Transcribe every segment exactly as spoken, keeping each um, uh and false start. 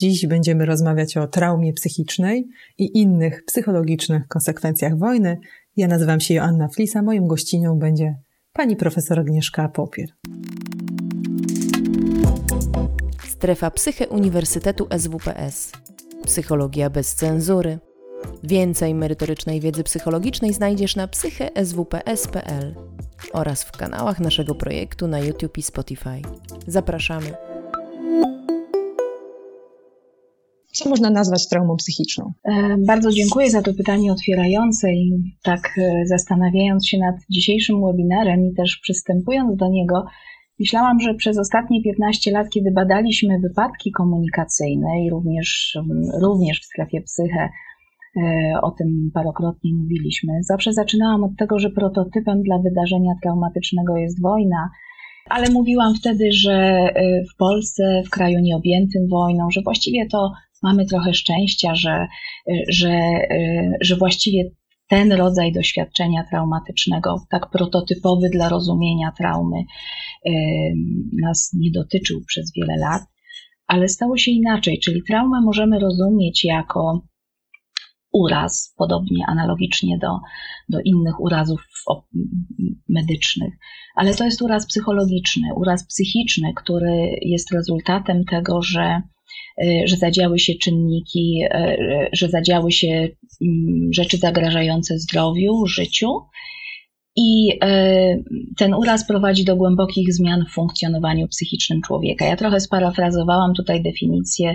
Dziś będziemy rozmawiać o traumie psychicznej i innych psychologicznych konsekwencjach wojny. Ja nazywam się Joanna Flisa, moją gościnią będzie pani profesor Agnieszka Popiel. Strefa Psyche Uniwersytetu S W P S. Psychologia bez cenzury. Więcej merytorycznej wiedzy psychologicznej znajdziesz na psyche s w p s kropka p l oraz w kanałach naszego projektu na YouTube i Spotify. Zapraszamy. Co można nazwać traumą psychiczną? Bardzo dziękuję za to pytanie otwierające i tak zastanawiając się nad dzisiejszym webinarem i też przystępując do niego, myślałam, że przez ostatnie piętnaście lat, kiedy badaliśmy wypadki komunikacyjne i również, również w strefie psyche, o tym parokrotnie mówiliśmy, zawsze zaczynałam od tego, że prototypem dla wydarzenia traumatycznego jest wojna, ale mówiłam wtedy, że w Polsce, w kraju nieobjętym wojną, że właściwie to mamy trochę szczęścia, że, że, że właściwie ten rodzaj doświadczenia traumatycznego, tak prototypowy dla rozumienia traumy, nas nie dotyczył przez wiele lat, ale stało się inaczej, czyli traumę możemy rozumieć jako uraz, podobnie analogicznie do, do innych urazów medycznych, ale to jest uraz psychologiczny, uraz psychiczny, który jest rezultatem tego, że, że zadziały się czynniki, że zadziały się rzeczy zagrażające zdrowiu, życiu i ten uraz prowadzi do głębokich zmian w funkcjonowaniu psychicznym człowieka. Ja trochę sparafrazowałam tutaj definicję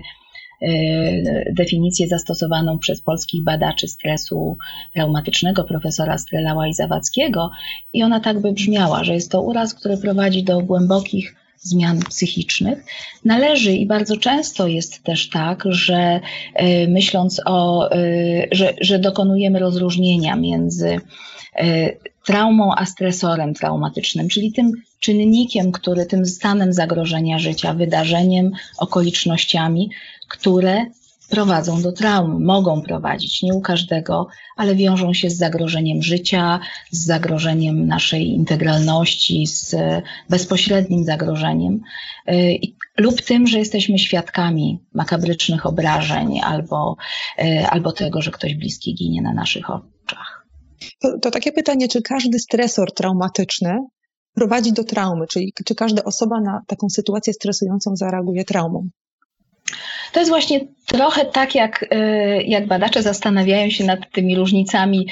definicję zastosowaną przez polskich badaczy stresu traumatycznego, profesora Strelała i Zawadzkiego, i ona tak by brzmiała, że jest to uraz, który prowadzi do głębokich zmian psychicznych. Należy i bardzo często jest też tak, że myśląc o, że, że dokonujemy rozróżnienia między traumą a stresorem traumatycznym, czyli tym czynnikiem, który, tym stanem zagrożenia życia, wydarzeniem, okolicznościami, które prowadzą do traumy, mogą prowadzić, nie u każdego, ale wiążą się z zagrożeniem życia, z zagrożeniem naszej integralności, z bezpośrednim zagrożeniem lub tym, że jesteśmy świadkami makabrycznych obrażeń albo, albo tego, że ktoś bliski ginie na naszych oczach. To, to takie pytanie, czy każdy stresor traumatyczny prowadzi do traumy, czyli czy każda osoba na taką sytuację stresującą zareaguje traumą? To jest właśnie trochę tak, jak, jak badacze zastanawiają się nad tymi różnicami.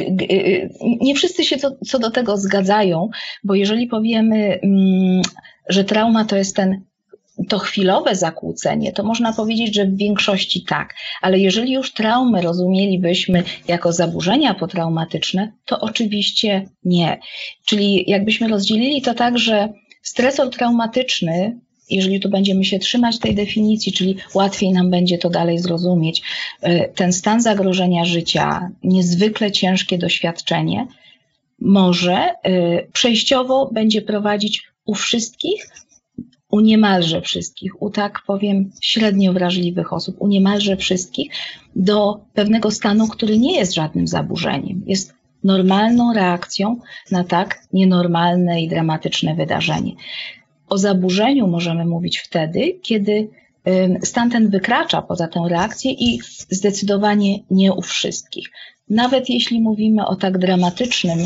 Nie wszyscy się co, co do tego zgadzają, bo jeżeli powiemy, że trauma to jest ten to chwilowe zakłócenie, to można powiedzieć, że w większości tak, ale jeżeli już traumę rozumielibyśmy jako zaburzenia potraumatyczne, to oczywiście nie. Czyli jakbyśmy rozdzielili to tak, że stresor traumatyczny, jeżeli tu będziemy się trzymać tej definicji, czyli łatwiej nam będzie to dalej zrozumieć, ten stan zagrożenia życia, niezwykle ciężkie doświadczenie, może przejściowo będzie prowadzić u wszystkich, u niemalże wszystkich, u tak powiem średnio wrażliwych osób, u niemalże wszystkich do pewnego stanu, który nie jest żadnym zaburzeniem. Jest normalną reakcją na tak nienormalne i dramatyczne wydarzenie. O zaburzeniu możemy mówić wtedy, kiedy stan ten wykracza poza tę reakcję i zdecydowanie nie u wszystkich. Nawet jeśli mówimy o tak dramatycznym,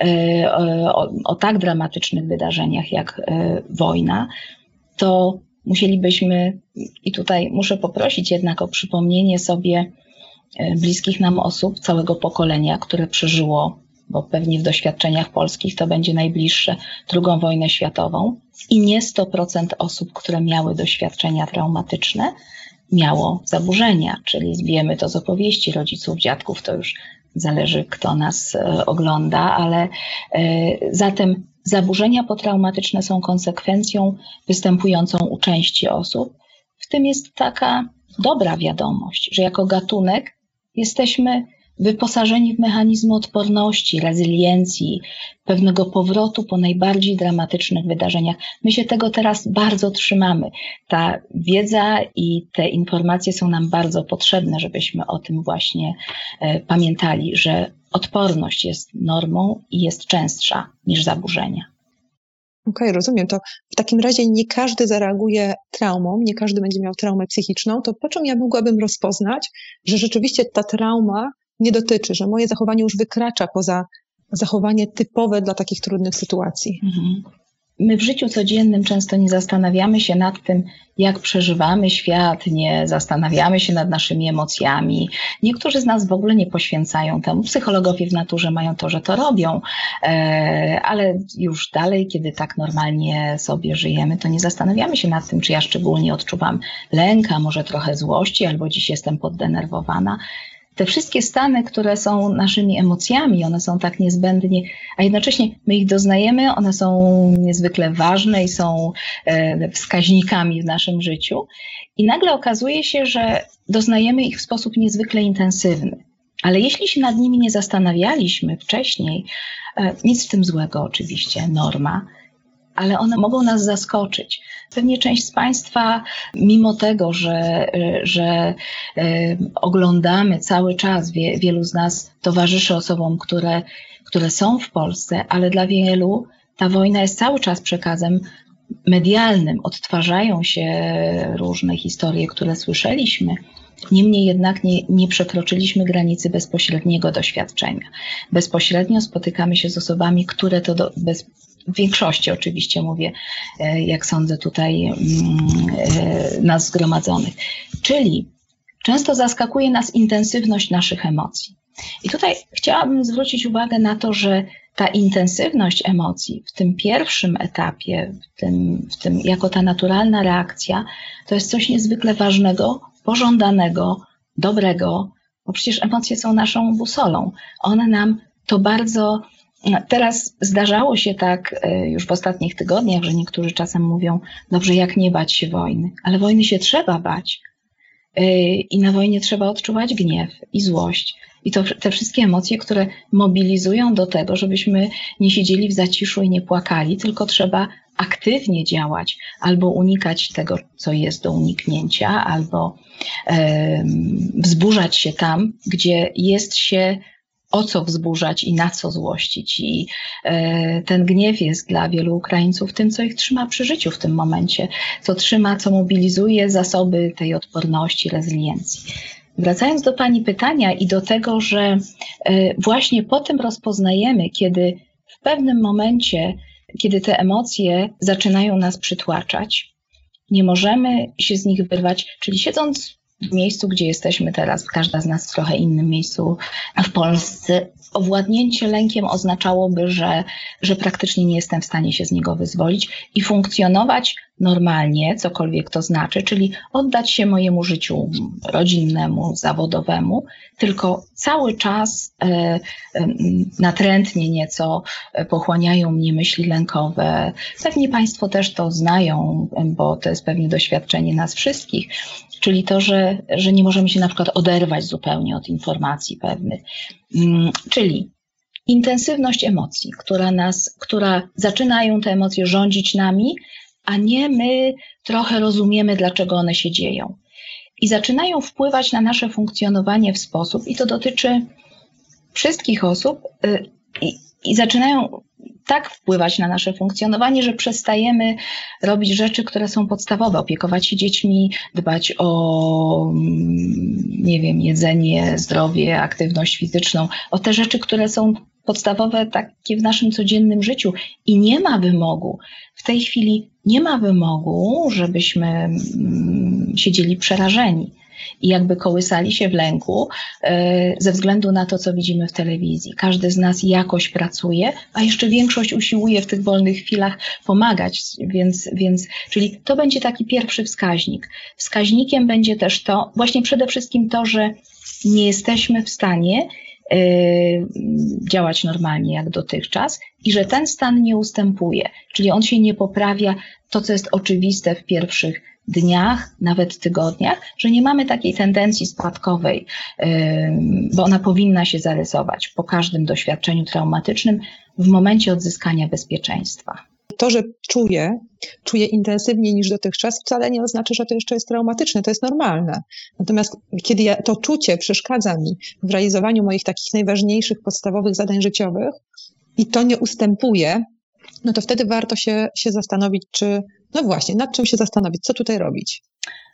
o, o tak dramatycznych wydarzeniach jak wojna, to musielibyśmy, i tutaj muszę poprosić jednak o przypomnienie sobie bliskich nam osób, całego pokolenia, które przeżyło, bo pewnie w doświadczeniach polskich to będzie najbliższe, drugą wojnę światową, i nie sto procent osób, które miały doświadczenia traumatyczne, miało zaburzenia, czyli wiemy to z opowieści rodziców, dziadków, to już zależy, kto nas ogląda, ale zatem zaburzenia potraumatyczne są konsekwencją występującą u części osób. W tym jest taka dobra wiadomość, że jako gatunek jesteśmy wyposażeni w mechanizmy odporności, rezyliencji, pewnego powrotu po najbardziej dramatycznych wydarzeniach. My się tego teraz bardzo trzymamy. Ta wiedza i te informacje są nam bardzo potrzebne, żebyśmy o tym właśnie pamiętali, że odporność jest normą i jest częstsza niż zaburzenia. Okej, okay, rozumiem. To w takim razie nie każdy zareaguje traumą, nie każdy będzie miał traumę psychiczną. To po czym ja mogłabym rozpoznać, że rzeczywiście ta trauma nie dotyczy, że moje zachowanie już wykracza poza zachowanie typowe dla takich trudnych sytuacji? Mhm. My w życiu codziennym często nie zastanawiamy się nad tym, jak przeżywamy świat, nie zastanawiamy się nad naszymi emocjami. Niektórzy z nas w ogóle nie poświęcają temu. Psychologowie w naturze mają to, że to robią, ale już dalej, kiedy tak normalnie sobie żyjemy, to nie zastanawiamy się nad tym, czy ja szczególnie odczuwam lęk, a może trochę złości, albo dziś jestem poddenerwowana. Te wszystkie stany, które są naszymi emocjami, one są tak niezbędnie, a jednocześnie my ich doznajemy, one są niezwykle ważne i są wskaźnikami w naszym życiu. I nagle okazuje się, że doznajemy ich w sposób niezwykle intensywny. Ale jeśli się nad nimi nie zastanawialiśmy wcześniej, nic w tym złego oczywiście, norma, ale one mogą nas zaskoczyć. Pewnie część z Państwa, mimo tego, że, że oglądamy cały czas, wie, wielu z nas towarzyszy osobom, które, które są w Polsce, ale dla wielu ta wojna jest cały czas przekazem medialnym. Odtwarzają się różne historie, które słyszeliśmy. Niemniej jednak nie, nie przekroczyliśmy granicy bezpośredniego doświadczenia. Bezpośrednio spotykamy się z osobami, które to do, bez, w większości oczywiście mówię, jak sądzę tutaj nas zgromadzonych. Czyli często zaskakuje nas intensywność naszych emocji. I tutaj chciałabym zwrócić uwagę na to, że ta intensywność emocji w tym pierwszym etapie, w tym, w tym jako ta naturalna reakcja, to jest coś niezwykle ważnego, pożądanego, dobrego, bo przecież emocje są naszą busolą. One nam to bardzo... Teraz zdarzało się tak już w ostatnich tygodniach, że niektórzy czasem mówią, dobrze, jak nie bać się wojny, ale wojny się trzeba bać i na wojnie trzeba odczuwać gniew i złość i to te wszystkie emocje, które mobilizują do tego, żebyśmy nie siedzieli w zaciszu i nie płakali, tylko trzeba aktywnie działać albo unikać tego, co jest do uniknięcia, albo e, wzburzać się tam, gdzie jest się o co wzburzać i na co złościć. I e, ten gniew jest dla wielu Ukraińców tym, co ich trzyma przy życiu w tym momencie, co trzyma, co mobilizuje zasoby tej odporności, rezyliencji. Wracając do Pani pytania i do tego, że e, właśnie po tym rozpoznajemy, kiedy w pewnym momencie, kiedy te emocje zaczynają nas przytłaczać, nie możemy się z nich wyrwać, czyli siedząc w miejscu, gdzie jesteśmy teraz, każda z nas w trochę innym miejscu w Polsce, owładnięcie lękiem oznaczałoby, że, że praktycznie nie jestem w stanie się z niego wyzwolić i funkcjonować normalnie, cokolwiek to znaczy, czyli oddać się mojemu życiu rodzinnemu, zawodowemu, tylko cały czas e, e, natrętnie nieco pochłaniają mnie myśli lękowe. Pewnie Państwo też to znają, bo to jest pewnie doświadczenie nas wszystkich, czyli to, że, że nie możemy się na przykład oderwać zupełnie od informacji pewnych. Czyli intensywność emocji, która nas, która zaczynają te emocje rządzić nami, a nie my trochę rozumiemy, dlaczego one się dzieją. I zaczynają wpływać na nasze funkcjonowanie w sposób, i to dotyczy wszystkich osób, i, i zaczynają tak wpływać na nasze funkcjonowanie, że przestajemy robić rzeczy, które są podstawowe, opiekować się dziećmi, dbać o, nie wiem, jedzenie, zdrowie, aktywność fizyczną, o te rzeczy, które są podstawowe takie w naszym codziennym życiu i nie ma wymogu. W tej chwili nie ma wymogu, żebyśmy mm, siedzieli przerażeni i jakby kołysali się w lęku e, ze względu na to, co widzimy w telewizji. Każdy z nas jakoś pracuje, a jeszcze większość usiłuje w tych wolnych chwilach pomagać, więc, więc czyli to będzie taki pierwszy wskaźnik. Wskaźnikiem będzie też to, właśnie przede wszystkim to, że nie jesteśmy w stanie działać normalnie jak dotychczas i że ten stan nie ustępuje, czyli on się nie poprawia, to co jest oczywiste w pierwszych dniach, nawet tygodniach, że nie mamy takiej tendencji spadkowej, bo ona powinna się zarysować po każdym doświadczeniu traumatycznym w momencie odzyskania bezpieczeństwa. To, że czuję, czuję intensywniej niż dotychczas, wcale nie oznacza, że to jeszcze jest traumatyczne, to jest normalne. Natomiast kiedy ja, to czucie przeszkadza mi w realizowaniu moich takich najważniejszych, podstawowych zadań życiowych i to nie ustępuje, No to wtedy warto się, się zastanowić, czy, no właśnie, nad czym się zastanowić, co tutaj robić?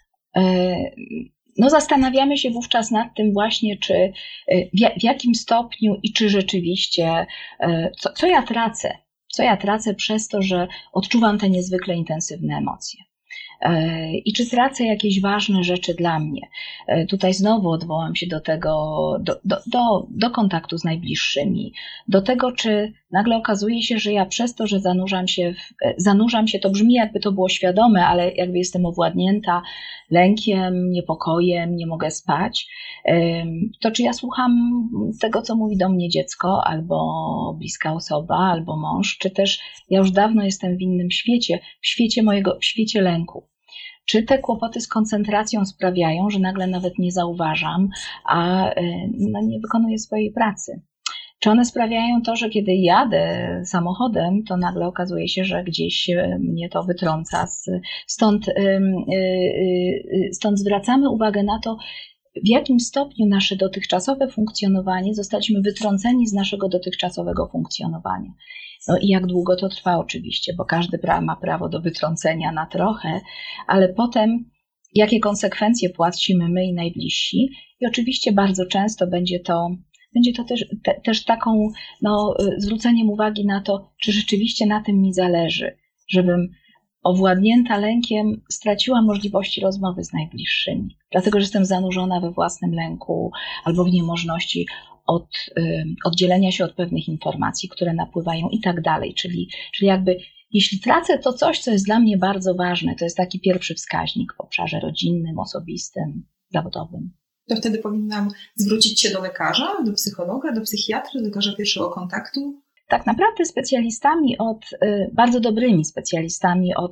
No zastanawiamy się wówczas nad tym właśnie, czy w, w jakim stopniu i czy rzeczywiście, co, co ja tracę, co ja tracę przez to, że odczuwam te niezwykle intensywne emocje. I czy tracę jakieś ważne rzeczy dla mnie. Tutaj znowu odwołam się do tego, do, do, do, do kontaktu z najbliższymi, do tego, czy nagle okazuje się, że ja przez to, że zanurzam się, w, zanurzam się, to brzmi jakby to było świadome, ale jakby jestem owładnięta lękiem, niepokojem, nie mogę spać, to czy ja słucham tego, co mówi do mnie dziecko, albo bliska osoba, albo mąż, czy też ja już dawno jestem w innym świecie, w świecie mojego, w świecie lęku. Czy te kłopoty z koncentracją sprawiają, że nagle nawet nie zauważam, a no, nie wykonuję swojej pracy? Czy one sprawiają to, że kiedy jadę samochodem, to nagle okazuje się, że gdzieś mnie to wytrąca? Stąd, stąd zwracamy uwagę na to, w jakim stopniu nasze dotychczasowe funkcjonowanie zostaliśmy wytrąceni z naszego dotychczasowego funkcjonowania. No i jak długo to trwa oczywiście, bo każdy ma prawo do wytrącenia na trochę, ale potem jakie konsekwencje płacimy my i najbliżsi. I oczywiście bardzo często będzie to, będzie to też, te, też taką no, zwróceniem uwagi na to, czy rzeczywiście na tym mi zależy, żebym owładnięta lękiem straciła możliwości rozmowy z najbliższymi, dlatego że jestem zanurzona we własnym lęku albo w niemożności od, y, oddzielenia się od pewnych informacji, które napływają i tak dalej. Czyli, czyli jakby jeśli tracę to coś, co jest dla mnie bardzo ważne, to jest taki pierwszy wskaźnik w obszarze rodzinnym, osobistym, zawodowym. To wtedy powinnam zwrócić się do lekarza, do psychologa, do psychiatry, do lekarza pierwszego kontaktu? Tak naprawdę specjalistami od, bardzo dobrymi specjalistami od,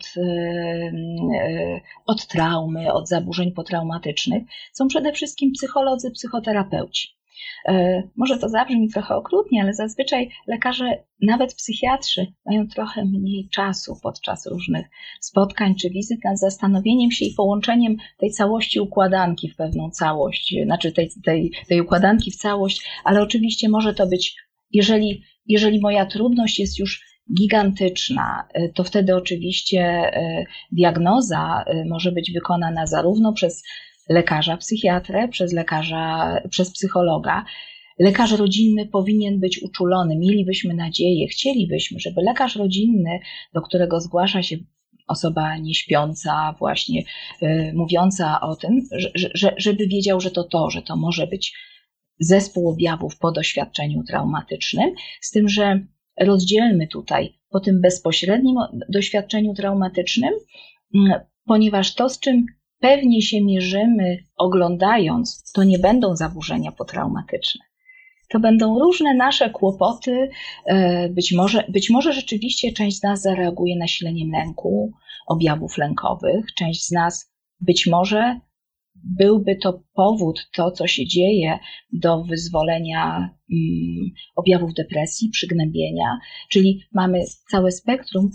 od traumy, od zaburzeń potraumatycznych są przede wszystkim psycholodzy, psychoterapeuci. Może to zabrzmi trochę okrutnie, ale zazwyczaj lekarze, nawet psychiatrzy, mają trochę mniej czasu podczas różnych spotkań czy wizyt nad zastanowieniem się i połączeniem tej całości układanki w pewną całość, znaczy tej, tej, tej układanki w całość, ale oczywiście może to być, jeżeli Jeżeli moja trudność jest już gigantyczna, to wtedy oczywiście diagnoza może być wykonana zarówno przez lekarza psychiatrę, przez lekarza, przez psychologa. Lekarz rodzinny powinien być uczulony. Mielibyśmy nadzieję, chcielibyśmy, żeby lekarz rodzinny, do którego zgłasza się osoba nieśpiąca, właśnie mówiąca o tym, że, że, żeby wiedział, że to to, że to może być zespół objawów po doświadczeniu traumatycznym, z tym, że rozdzielmy tutaj po tym bezpośrednim doświadczeniu traumatycznym, ponieważ to, z czym pewnie się mierzymy oglądając, to nie będą zaburzenia potraumatyczne. To będą różne nasze kłopoty, być może, być może rzeczywiście część z nas zareaguje nasileniem lęku, objawów lękowych, część z nas być może byłby to powód, to co się dzieje, do wyzwolenia um, objawów depresji, przygnębienia, czyli mamy całe spektrum.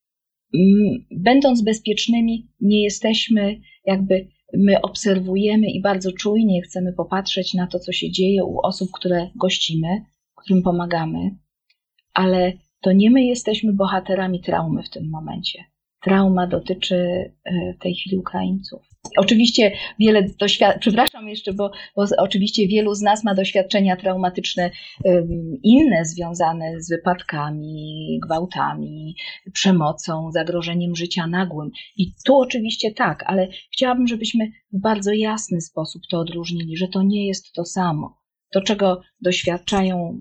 Um, będąc bezpiecznymi, nie jesteśmy jakby, my obserwujemy i bardzo czujnie chcemy popatrzeć na to, co się dzieje u osób, które gościmy, którym pomagamy, ale to nie my jesteśmy bohaterami traumy w tym momencie. Trauma dotyczy w tej chwili Ukraińców. Oczywiście wiele doświadczeń, przepraszam jeszcze, bo, bo oczywiście wielu z nas ma doświadczenia traumatyczne um, inne, związane z wypadkami, gwałtami, przemocą, zagrożeniem życia nagłym. I tu oczywiście tak, ale chciałabym, żebyśmy w bardzo jasny sposób to odróżnili, że to nie jest to samo. To, czego doświadczają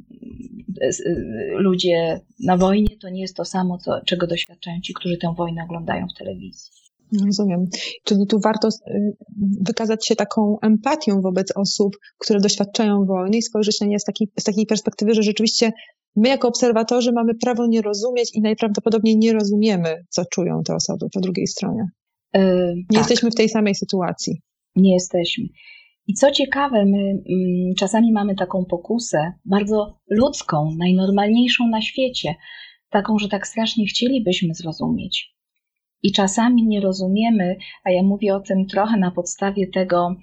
ludzie na wojnie, to nie jest to samo, co, czego doświadczają ci, którzy tę wojnę oglądają w telewizji. Rozumiem. Czyli tu warto wykazać się taką empatią wobec osób, które doświadczają wojny i spojrzeć na nie z takiej, z takiej perspektywy, że rzeczywiście my jako obserwatorzy mamy prawo nie rozumieć i najprawdopodobniej nie rozumiemy, co czują te osoby po drugiej stronie. Yy, nie tak. Jesteśmy w tej samej sytuacji. Nie jesteśmy. I co ciekawe, my mm, czasami mamy taką pokusę, bardzo ludzką, najnormalniejszą na świecie, taką, że tak strasznie chcielibyśmy zrozumieć. I czasami nie rozumiemy, a ja mówię o tym trochę na podstawie tego,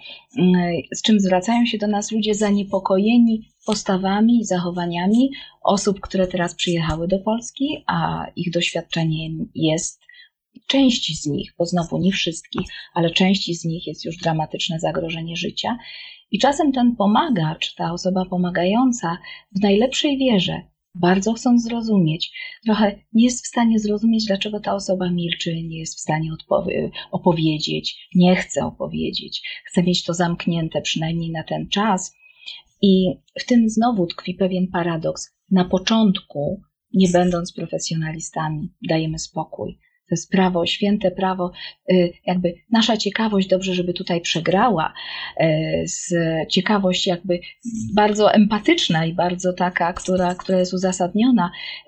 z czym zwracają się do nas ludzie zaniepokojeni postawami i zachowaniami osób, które teraz przyjechały do Polski, a ich doświadczeniem jest, części z nich, bo znowu nie wszystkich, ale części z nich jest już dramatyczne zagrożenie życia. I czasem ten pomagacz, ta osoba pomagająca w najlepszej wierze, bardzo chcąc zrozumieć, trochę nie jest w stanie zrozumieć, dlaczego ta osoba milczy, nie jest w stanie odpowie- opowiedzieć, nie chce opowiedzieć, chce mieć to zamknięte przynajmniej na ten czas. I w tym znowu tkwi pewien paradoks. Na początku, nie będąc profesjonalistami, dajemy spokój. To jest prawo, święte prawo, jakby nasza ciekawość, dobrze, żeby tutaj przegrała, z ciekawość jakby bardzo empatyczna i bardzo taka, która, która jest uzasadniona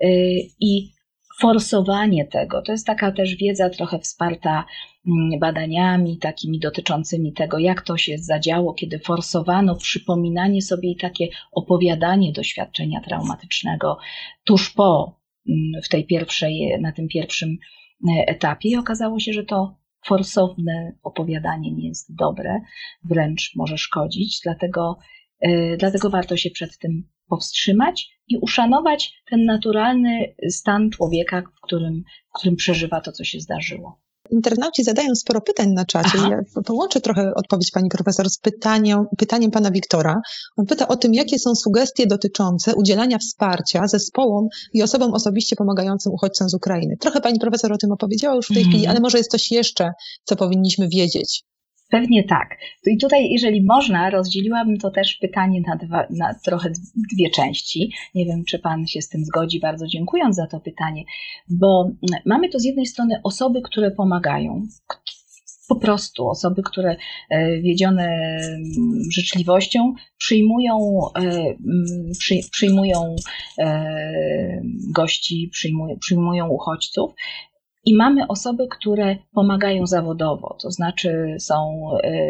i forsowanie tego, to jest taka też wiedza trochę wsparta badaniami takimi dotyczącymi tego, jak to się zadziało, kiedy forsowano przypominanie sobie i takie opowiadanie doświadczenia traumatycznego tuż po, w tej pierwszej, na tym pierwszym etapie i okazało się, że to forsowne opowiadanie nie jest dobre, wręcz może szkodzić, dlatego, yy, dlatego warto się przed tym powstrzymać i uszanować ten naturalny stan człowieka, w którym, w którym przeżywa to, co się zdarzyło. Internauci zadają sporo pytań na czacie. Aha. Ja połączę trochę odpowiedź pani profesor z pytaniem, pytaniem pana Wiktora. On pyta o tym, jakie są sugestie dotyczące udzielania wsparcia zespołom i osobom osobiście pomagającym uchodźcom z Ukrainy. Trochę pani profesor o tym opowiedziała już w tej hmm. chwili, ale może jest coś jeszcze, co powinniśmy wiedzieć. Pewnie tak. I tutaj, jeżeli można, rozdzieliłabym to też pytanie na, dwa, na trochę dwie części. Nie wiem, czy pan się z tym zgodzi, bardzo dziękując za to pytanie, bo mamy tu z jednej strony osoby, które pomagają, po prostu osoby, które wiedzione życzliwością przyjmują, przy, przyjmują gości, przyjmują, przyjmują uchodźców. I mamy osoby, które pomagają zawodowo, to znaczy są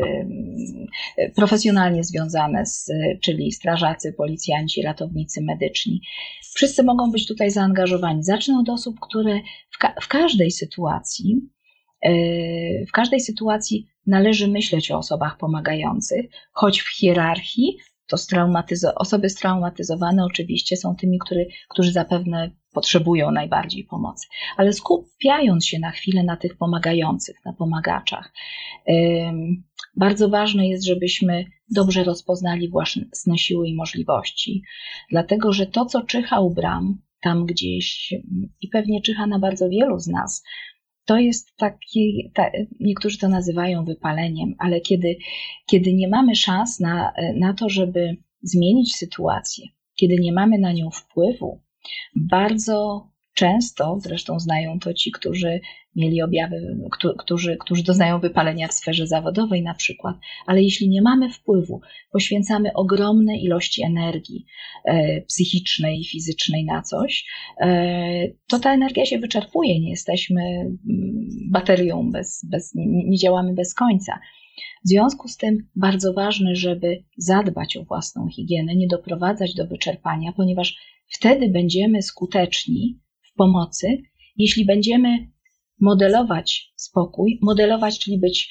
y, profesjonalnie związane, z, czyli strażacy, policjanci, ratownicy medyczni. Wszyscy mogą być tutaj zaangażowani. Zacznę od osób, które w, ka- w każdej sytuacji, y, w każdej sytuacji należy myśleć o osobach pomagających, choć w hierarchii to straumatyzo- osoby straumatyzowane oczywiście są tymi, który, którzy zapewne potrzebują najbardziej pomocy. Ale skupiając się na chwilę na tych pomagających, na pomagaczach, ym, bardzo ważne jest, żebyśmy dobrze rozpoznali własne siły i możliwości. Dlatego, że to, co czyha u bram, tam gdzieś i pewnie czyha na bardzo wielu z nas, to jest taki, ta, niektórzy to nazywają wypaleniem, ale kiedy, kiedy nie mamy szans na, na to, żeby zmienić sytuację, kiedy nie mamy na nią wpływu, bardzo często, zresztą znają to ci, którzy mieli objawy, którzy, którzy doznają wypalenia w sferze zawodowej na przykład, ale jeśli nie mamy wpływu, poświęcamy ogromne ilości energii e, psychicznej i fizycznej na coś, e, to ta energia się wyczerpuje, nie jesteśmy baterią, bez, bez, nie, nie działamy bez końca. W związku z tym bardzo ważne, żeby zadbać o własną higienę, nie doprowadzać do wyczerpania, ponieważ wtedy będziemy skuteczni w pomocy, jeśli będziemy modelować spokój, modelować, czyli być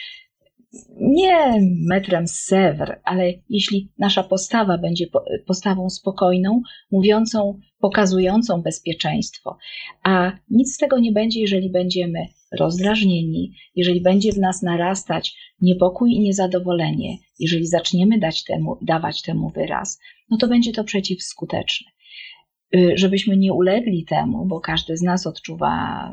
nie metrem z Sèvres, ale jeśli nasza postawa będzie postawą spokojną, mówiącą, pokazującą bezpieczeństwo, a nic z tego nie będzie, jeżeli będziemy rozdrażnieni, jeżeli będzie w nas narastać niepokój i niezadowolenie, jeżeli zaczniemy dać temu, dawać temu wyraz, no to będzie to przeciwskuteczne. Żebyśmy nie ulegli temu, bo każdy z nas odczuwa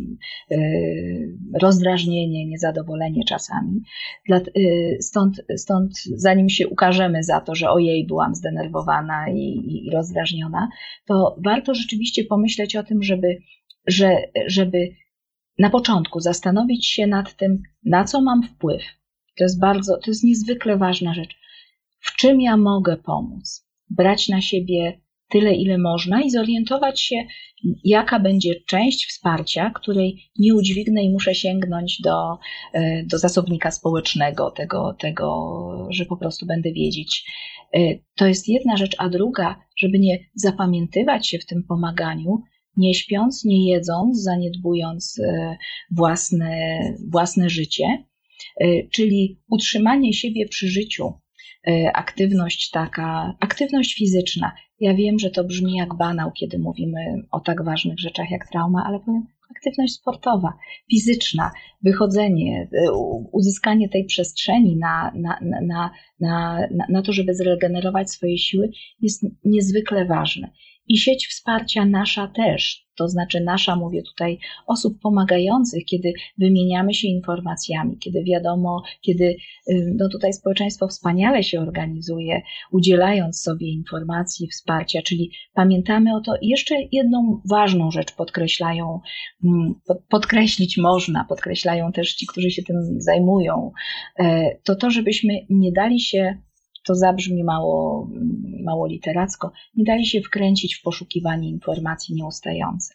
rozdrażnienie, niezadowolenie czasami. Stąd, stąd zanim się ukażemy za to, że ojej, byłam zdenerwowana i, i rozdrażniona, to warto rzeczywiście pomyśleć o tym, żeby, że, żeby na początku zastanowić się nad tym, na co mam wpływ. To jest bardzo, to jest niezwykle ważna rzecz. W czym ja mogę pomóc? Brać na siebie tyle, ile można i zorientować się, jaka będzie część wsparcia, której nie udźwignę i muszę sięgnąć do, do zasobnika społecznego, tego, tego, że po prostu będę wiedzieć. To jest jedna rzecz, a druga, żeby nie zapamiętywać się w tym pomaganiu, nie śpiąc, nie jedząc, zaniedbując własne, własne życie, czyli utrzymanie siebie przy życiu, aktywność taka, aktywność fizyczna. Ja wiem, że to brzmi jak banał, kiedy mówimy o tak ważnych rzeczach jak trauma, ale powiem, aktywność sportowa, fizyczna, wychodzenie, uzyskanie tej przestrzeni na, na, na, na, na, na to, żeby zregenerować swoje siły, jest niezwykle ważne. I sieć wsparcia nasza też, to znaczy nasza, mówię tutaj, osób pomagających, kiedy wymieniamy się informacjami, kiedy wiadomo, kiedy no tutaj społeczeństwo wspaniale się organizuje, udzielając sobie informacji, wsparcia, czyli pamiętamy o to. Jeszcze jedną ważną rzecz podkreślają, podkreślić można, podkreślają też ci, którzy się tym zajmują, to to, żebyśmy nie dali się, to zabrzmi mało, mało literacko, nie dali się wkręcić w poszukiwanie informacji nieustające.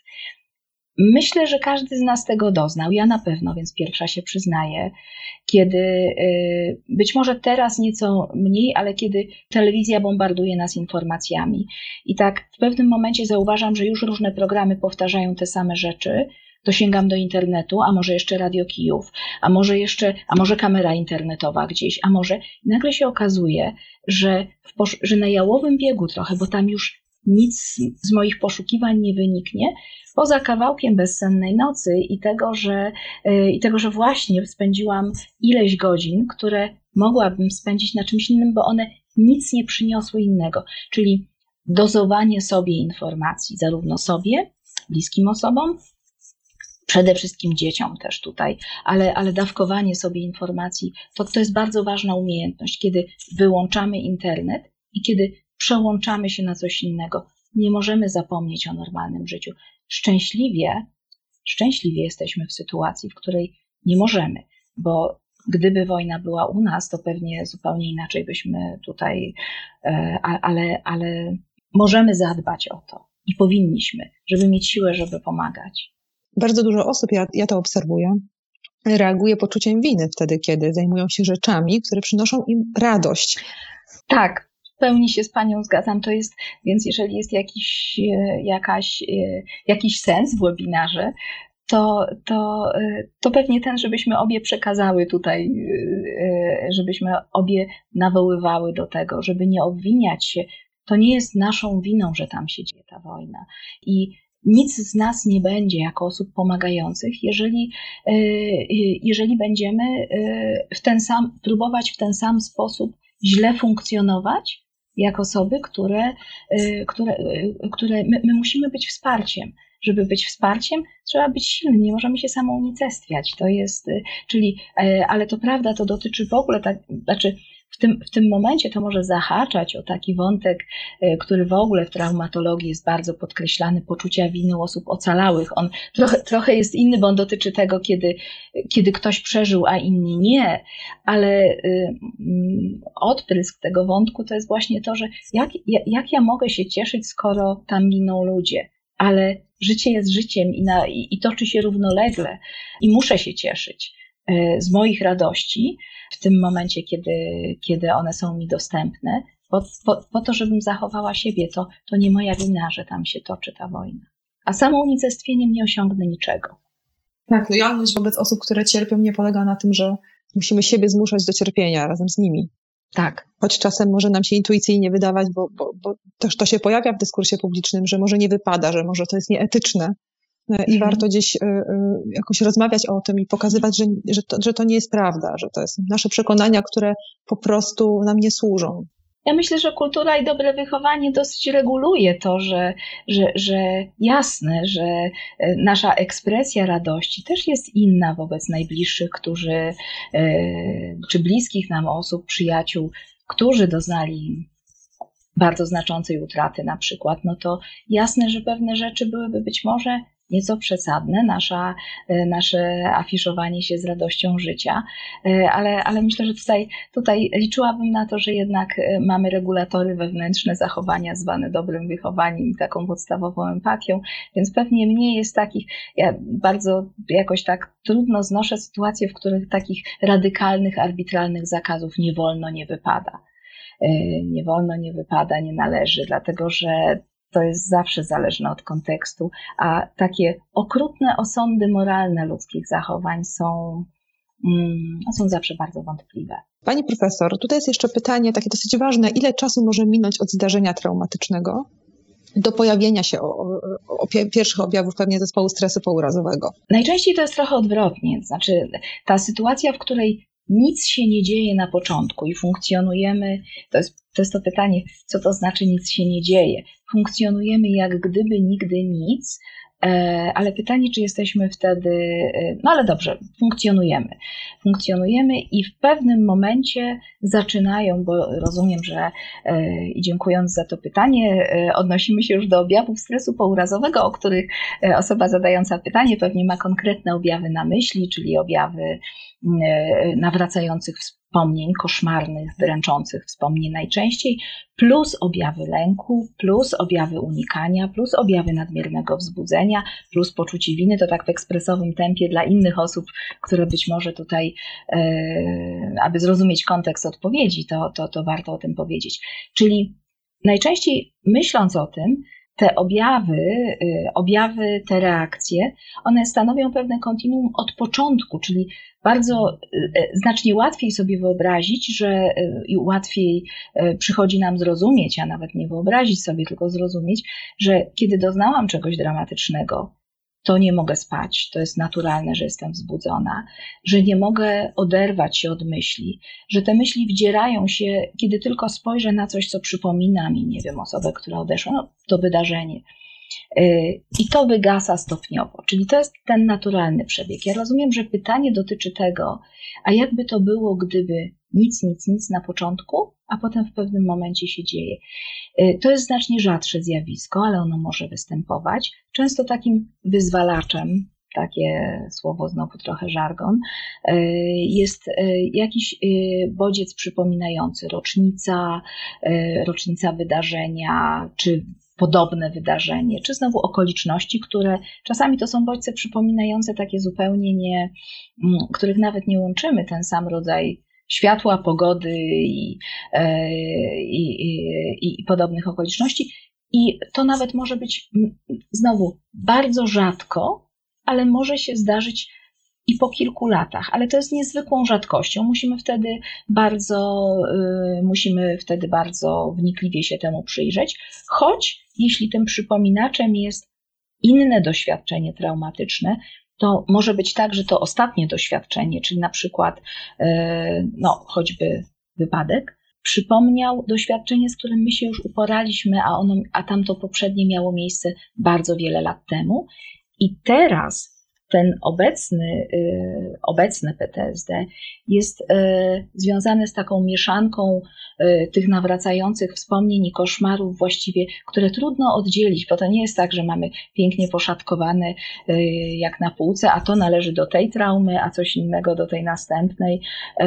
Myślę, że każdy z nas tego doznał, ja na pewno, więc pierwsza się przyznaję, kiedy być może teraz nieco mniej, ale kiedy telewizja bombarduje nas informacjami. I tak w pewnym momencie zauważam, że już różne programy powtarzają te same rzeczy, to sięgam do internetu, a może jeszcze Radio Kijów, a może jeszcze, a może kamera internetowa gdzieś, a może i nagle się okazuje, że, w posz- że na jałowym biegu trochę, bo tam już nic z moich poszukiwań nie wyniknie, poza kawałkiem bezsennej nocy i tego, że, yy, i tego, że właśnie spędziłam ileś godzin, które mogłabym spędzić na czymś innym, bo one nic nie przyniosły innego, czyli dozowanie sobie informacji, zarówno sobie, bliskim osobom, przede wszystkim dzieciom też tutaj, ale, ale dawkowanie sobie informacji, to, to jest bardzo ważna umiejętność, kiedy wyłączamy internet i kiedy przełączamy się na coś innego. Nie możemy zapomnieć o normalnym życiu. Szczęśliwie, szczęśliwie jesteśmy w sytuacji, w której nie możemy, bo gdyby wojna była u nas, to pewnie zupełnie inaczej byśmy tutaj, ale, ale możemy zadbać o to i powinniśmy, żeby mieć siłę, żeby pomagać. Bardzo dużo osób, ja, ja to obserwuję, reaguje poczuciem winy wtedy, kiedy zajmują się rzeczami, które przynoszą im radość. Tak, w pełni się z Panią zgadzam. To jest, więc jeżeli jest jakiś, jakaś, jakiś sens w webinarze, to, to, to pewnie ten, żebyśmy obie przekazały tutaj, żebyśmy obie nawoływały do tego, żeby nie obwiniać się. To nie jest naszą winą, że tam się dzieje ta wojna. I nic z nas nie będzie jako osób pomagających, jeżeli, jeżeli będziemy w ten sam, próbować w ten sam sposób źle funkcjonować, jak osoby, które, które, które my, my musimy być wsparciem. Żeby być wsparciem, trzeba być silnym, nie możemy się samounicestwiać. To jest, czyli, ale to prawda, to dotyczy w ogóle, tak, znaczy w tym, w tym momencie to może zahaczać o taki wątek, który w ogóle w traumatologii jest bardzo podkreślany, poczucia winy u osób ocalałych. On trochę, trochę jest inny, bo on dotyczy tego, kiedy, kiedy ktoś przeżył, a inni nie, ale odprysk tego wątku to jest właśnie to, że jak, jak ja mogę się cieszyć, skoro tam giną ludzie, ale życie jest życiem i, na, i, i toczy się równolegle i muszę się cieszyć z moich radości w tym momencie, kiedy, kiedy one są mi dostępne, po, po, po to, żebym zachowała siebie. To, to nie moja wina, że tam się toczy ta wojna. A samounicestwieniem nie osiągnę niczego. Tak, lojalność wobec osób, które cierpią, nie polega na tym, że musimy siebie zmuszać do cierpienia razem z nimi. Tak. Choć czasem może nam się intuicyjnie wydawać, bo, bo, bo też to się pojawia w dyskursie publicznym, że może nie wypada, że może to jest nieetyczne. I mhm. warto gdzieś y, y, jakoś rozmawiać o tym i pokazywać, że, że, to, że to nie jest prawda, że to jest nasze przekonania, które po prostu nam nie służą. Ja myślę, że kultura i dobre wychowanie dosyć reguluje to, że, że, że jasne, że nasza ekspresja radości też jest inna wobec najbliższych, którzy, czy bliskich nam osób, przyjaciół, którzy doznali bardzo znaczącej utraty na przykład, no to jasne, że pewne rzeczy byłyby być może nieco przesadne, nasza, nasze afiszowanie się z radością życia, ale, ale myślę, że tutaj, tutaj liczyłabym na to, że jednak mamy regulatory wewnętrzne zachowania zwane dobrym wychowaniem i taką podstawową empatią, więc pewnie mniej jest takich, ja bardzo jakoś tak trudno znoszę sytuacje, w których takich radykalnych, arbitralnych zakazów nie wolno, nie wypada. Nie wolno, nie wypada, nie należy, dlatego że to jest zawsze zależne od kontekstu, a takie okrutne osądy moralne ludzkich zachowań są, mm, są zawsze bardzo wątpliwe. Pani profesor, tutaj jest jeszcze pytanie takie dosyć ważne. Ile czasu może minąć od zdarzenia traumatycznego do pojawienia się o, o, o pierwszych objawów pewnie zespołu stresu pourazowego? Najczęściej to jest trochę odwrotnie. Znaczy ta sytuacja, w której nic się nie dzieje na początku i funkcjonujemy, to jest, to jest to pytanie, co to znaczy nic się nie dzieje. Funkcjonujemy jak gdyby nigdy nic, ale pytanie, czy jesteśmy wtedy, no ale dobrze, funkcjonujemy. Funkcjonujemy i w pewnym momencie zaczynają, bo rozumiem, że i dziękując za to pytanie, odnosimy się już do objawów stresu pourazowego, o których osoba zadająca pytanie pewnie ma konkretne objawy na myśli, czyli objawy nawracających wspomnień, koszmarnych, dręczących wspomnień najczęściej, plus objawy lęku, plus objawy unikania, plus objawy nadmiernego wzbudzenia, plus poczucie winy, to tak w ekspresowym tempie dla innych osób, które być może tutaj, e, aby zrozumieć kontekst odpowiedzi, to, to, to warto o tym powiedzieć. Czyli najczęściej myśląc o tym, te objawy, objawy, te reakcje, one stanowią pewne kontinuum od początku, czyli bardzo znacznie łatwiej sobie wyobrazić, że i łatwiej przychodzi nam zrozumieć, a nawet nie wyobrazić sobie, tylko zrozumieć, że kiedy doznałam czegoś dramatycznego, to nie mogę spać, to jest naturalne, że jestem wzbudzona, że nie mogę oderwać się od myśli, że te myśli wdzierają się, kiedy tylko spojrzę na coś, co przypomina mi, nie wiem, osobę, która odeszła, no to wydarzenie. I to wygasa stopniowo, czyli to jest ten naturalny przebieg. Ja rozumiem, że pytanie dotyczy tego, a jakby to było, gdyby nic, nic, nic na początku, a potem w pewnym momencie się dzieje. To jest znacznie rzadsze zjawisko, ale ono może występować. Często takim wyzwalaczem, takie słowo znowu trochę żargon, jest jakiś bodziec przypominający rocznica, rocznica wydarzenia, czy podobne wydarzenie, czy znowu okoliczności, które czasami to są bodźce przypominające takie zupełnie nie, których nawet nie łączymy, ten sam rodzaj światła, pogody i, i, i, i podobnych okoliczności. I to nawet może być znowu bardzo rzadko, ale może się zdarzyć i po kilku latach, ale to jest niezwykłą rzadkością. Musimy wtedy bardzo, yy, musimy wtedy bardzo wnikliwie się temu przyjrzeć, choć jeśli tym przypominaczem jest inne doświadczenie traumatyczne, to może być tak, że to ostatnie doświadczenie, czyli na przykład yy, no, choćby wypadek, przypomniał doświadczenie, z którym my się już uporaliśmy, a, ono, a tamto poprzednie miało miejsce bardzo wiele lat temu. I teraz ten obecny, y, obecne P T S D jest y, związane z taką mieszanką y, tych nawracających wspomnień i koszmarów właściwie, które trudno oddzielić, bo to nie jest tak, że mamy pięknie poszatkowane y, jak na półce, a to należy do tej traumy, a coś innego do tej następnej. Y,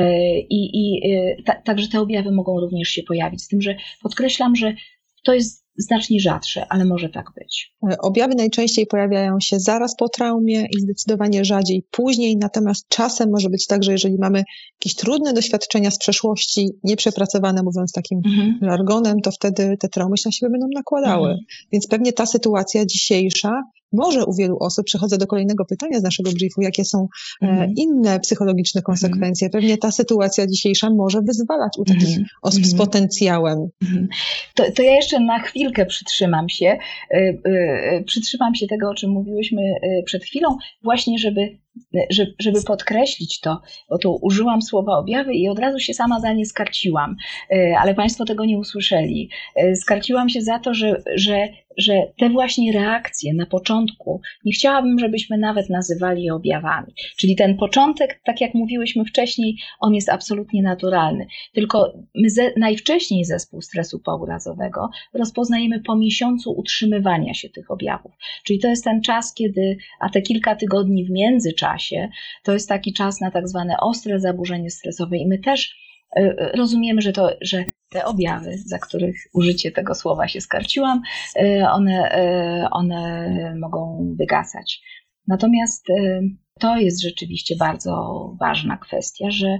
i, y, ta, także te objawy mogą również się pojawić. Z tym, że podkreślam, że to jest znacznie rzadsze, ale może tak być. Objawy najczęściej pojawiają się zaraz po traumie i zdecydowanie rzadziej później, natomiast czasem może być tak, że jeżeli mamy jakieś trudne doświadczenia z przeszłości, nieprzepracowane, mówiąc takim mhm. żargonem, to wtedy te traumy się na siebie będą nakładały. Mhm. Więc pewnie ta sytuacja dzisiejsza może u wielu osób, przechodzę do kolejnego pytania z naszego briefu, jakie są mhm. inne psychologiczne konsekwencje. Mhm. Pewnie ta sytuacja dzisiejsza może wyzwalać u takich mhm. osób mhm. z potencjałem. Mhm. To, to ja jeszcze na chwilkę przytrzymam się, yy, yy, przytrzymam się tego, o czym mówiłyśmy yy, przed chwilą, właśnie żeby żeby podkreślić to, bo tu użyłam słowa objawy i od razu się sama za nie skarciłam, ale Państwo tego nie usłyszeli. Skarciłam się za to, że, że, że te właśnie reakcje na początku, nie chciałabym, żebyśmy nawet nazywali je objawami. Czyli ten początek, tak jak mówiłyśmy wcześniej, on jest absolutnie naturalny. Tylko my ze, najwcześniej zespół stresu pourazowego rozpoznajemy po miesiącu utrzymywania się tych objawów. Czyli to jest ten czas, kiedy, a te kilka tygodni w międzyczasie, to jest taki czas na tak zwane ostre zaburzenie stresowe i my też y, rozumiemy, że, to, że te objawy, za których użycie tego słowa się skarciłam, y, one, y, one mogą wygasać. Natomiast y, to jest rzeczywiście bardzo ważna kwestia, że,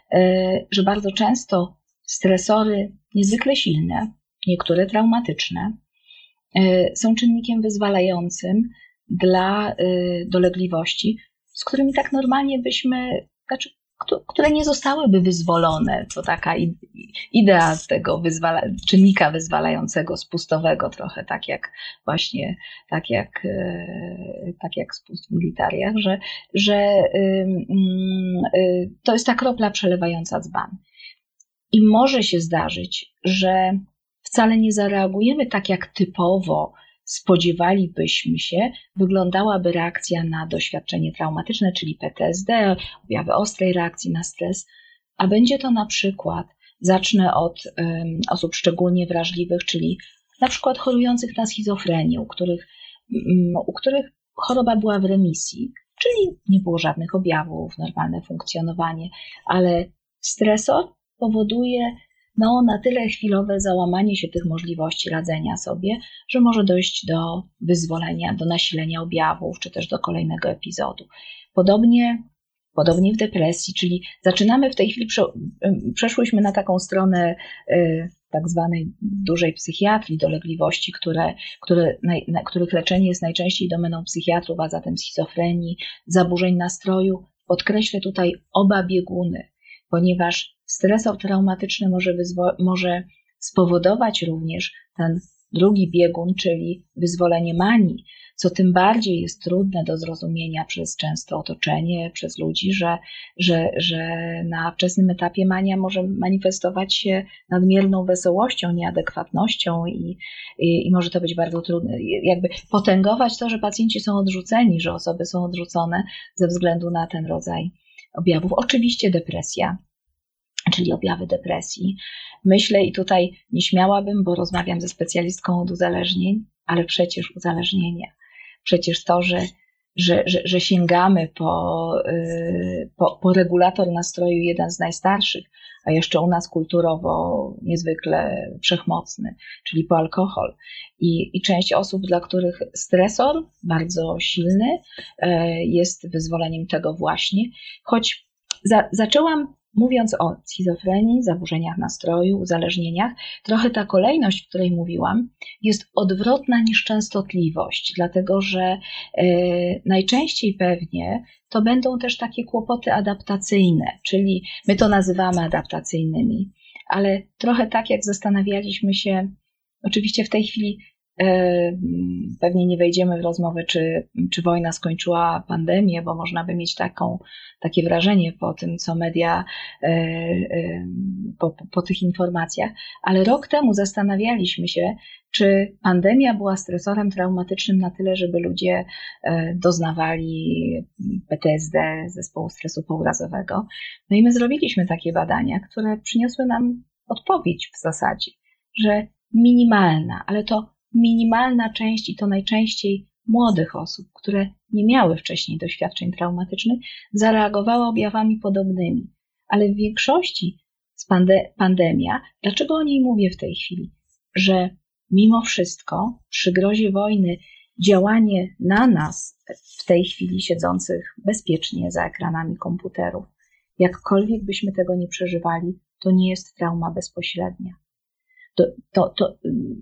y, że bardzo często stresory niezwykle silne, niektóre traumatyczne, są czynnikiem wyzwalającym dla dolegliwości, z którymi tak normalnie byśmy, znaczy, które nie zostałyby wyzwolone. To taka idea tego wyzwala, czynnika wyzwalającego, spustowego trochę, tak jak właśnie, tak jak, tak jak spust w militariach, że, że to jest ta kropla przelewająca dzban. I może się zdarzyć, że wcale nie zareagujemy tak, jak typowo spodziewalibyśmy się, wyglądałaby reakcja na doświadczenie traumatyczne, czyli P T S D, objawy ostrej reakcji na stres, a będzie to na przykład, zacznę od um, osób szczególnie wrażliwych, czyli na przykład chorujących na schizofrenię, u których, um, u których choroba była w remisji, czyli nie było żadnych objawów, normalne funkcjonowanie, ale stresor powoduje no, na tyle chwilowe załamanie się tych możliwości radzenia sobie, że może dojść do wyzwolenia, do nasilenia objawów, czy też do kolejnego epizodu. Podobnie, podobnie w depresji, czyli zaczynamy w tej chwili, przeszłyśmy na taką stronę y, tak zwanej dużej psychiatrii, dolegliwości, które, które, na, których leczenie jest najczęściej domeną psychiatrów, a zatem schizofrenii, zaburzeń nastroju. Podkreślę tutaj oba bieguny, ponieważ stresor traumatyczny może, wyzwo- może spowodować również ten drugi biegun, czyli wyzwolenie manii, co tym bardziej jest trudne do zrozumienia przez często otoczenie, przez ludzi, że, że, że na wczesnym etapie mania może manifestować się nadmierną wesołością, nieadekwatnością i, i, i może to być bardzo trudne. Jakby potęgować to, że pacjenci są odrzuceni, że osoby są odrzucone ze względu na ten rodzaj objawów. Oczywiście depresja, czyli objawy depresji. Myślę i tutaj nie śmiałabym, bo rozmawiam ze specjalistką od uzależnień, ale przecież uzależnienia, przecież to, że, że, że, że sięgamy po, po, po regulator nastroju, jeden z najstarszych, a jeszcze u nas kulturowo niezwykle wszechmocny, czyli po alkohol. I, i część osób, dla których stresor bardzo silny jest wyzwoleniem tego właśnie, choć za, zaczęłam mówiąc o schizofrenii, zaburzeniach nastroju, uzależnieniach, trochę ta kolejność, o której mówiłam, jest odwrotna niż częstotliwość, dlatego że y, najczęściej pewnie to będą też takie kłopoty adaptacyjne, czyli my to nazywamy adaptacyjnymi, ale trochę tak jak zastanawialiśmy się, oczywiście w tej chwili pewnie nie wejdziemy w rozmowę, czy, czy wojna skończyła pandemię, bo można by mieć taką, takie wrażenie po tym, co media, po, po tych informacjach, ale rok temu zastanawialiśmy się, czy pandemia była stresorem traumatycznym na tyle, żeby ludzie doznawali P T S D, zespołu stresu pourazowego. No i my zrobiliśmy takie badania, które przyniosły nam odpowiedź w zasadzie, że minimalna, ale to minimalna część i to najczęściej młodych osób, które nie miały wcześniej doświadczeń traumatycznych, zareagowała objawami podobnymi. Ale w większości pande- pandemia, dlaczego o niej mówię w tej chwili? Że mimo wszystko przy grozie wojny działanie na nas w tej chwili siedzących bezpiecznie za ekranami komputerów, jakkolwiek byśmy tego nie przeżywali, to nie jest trauma bezpośrednia. To, to, to,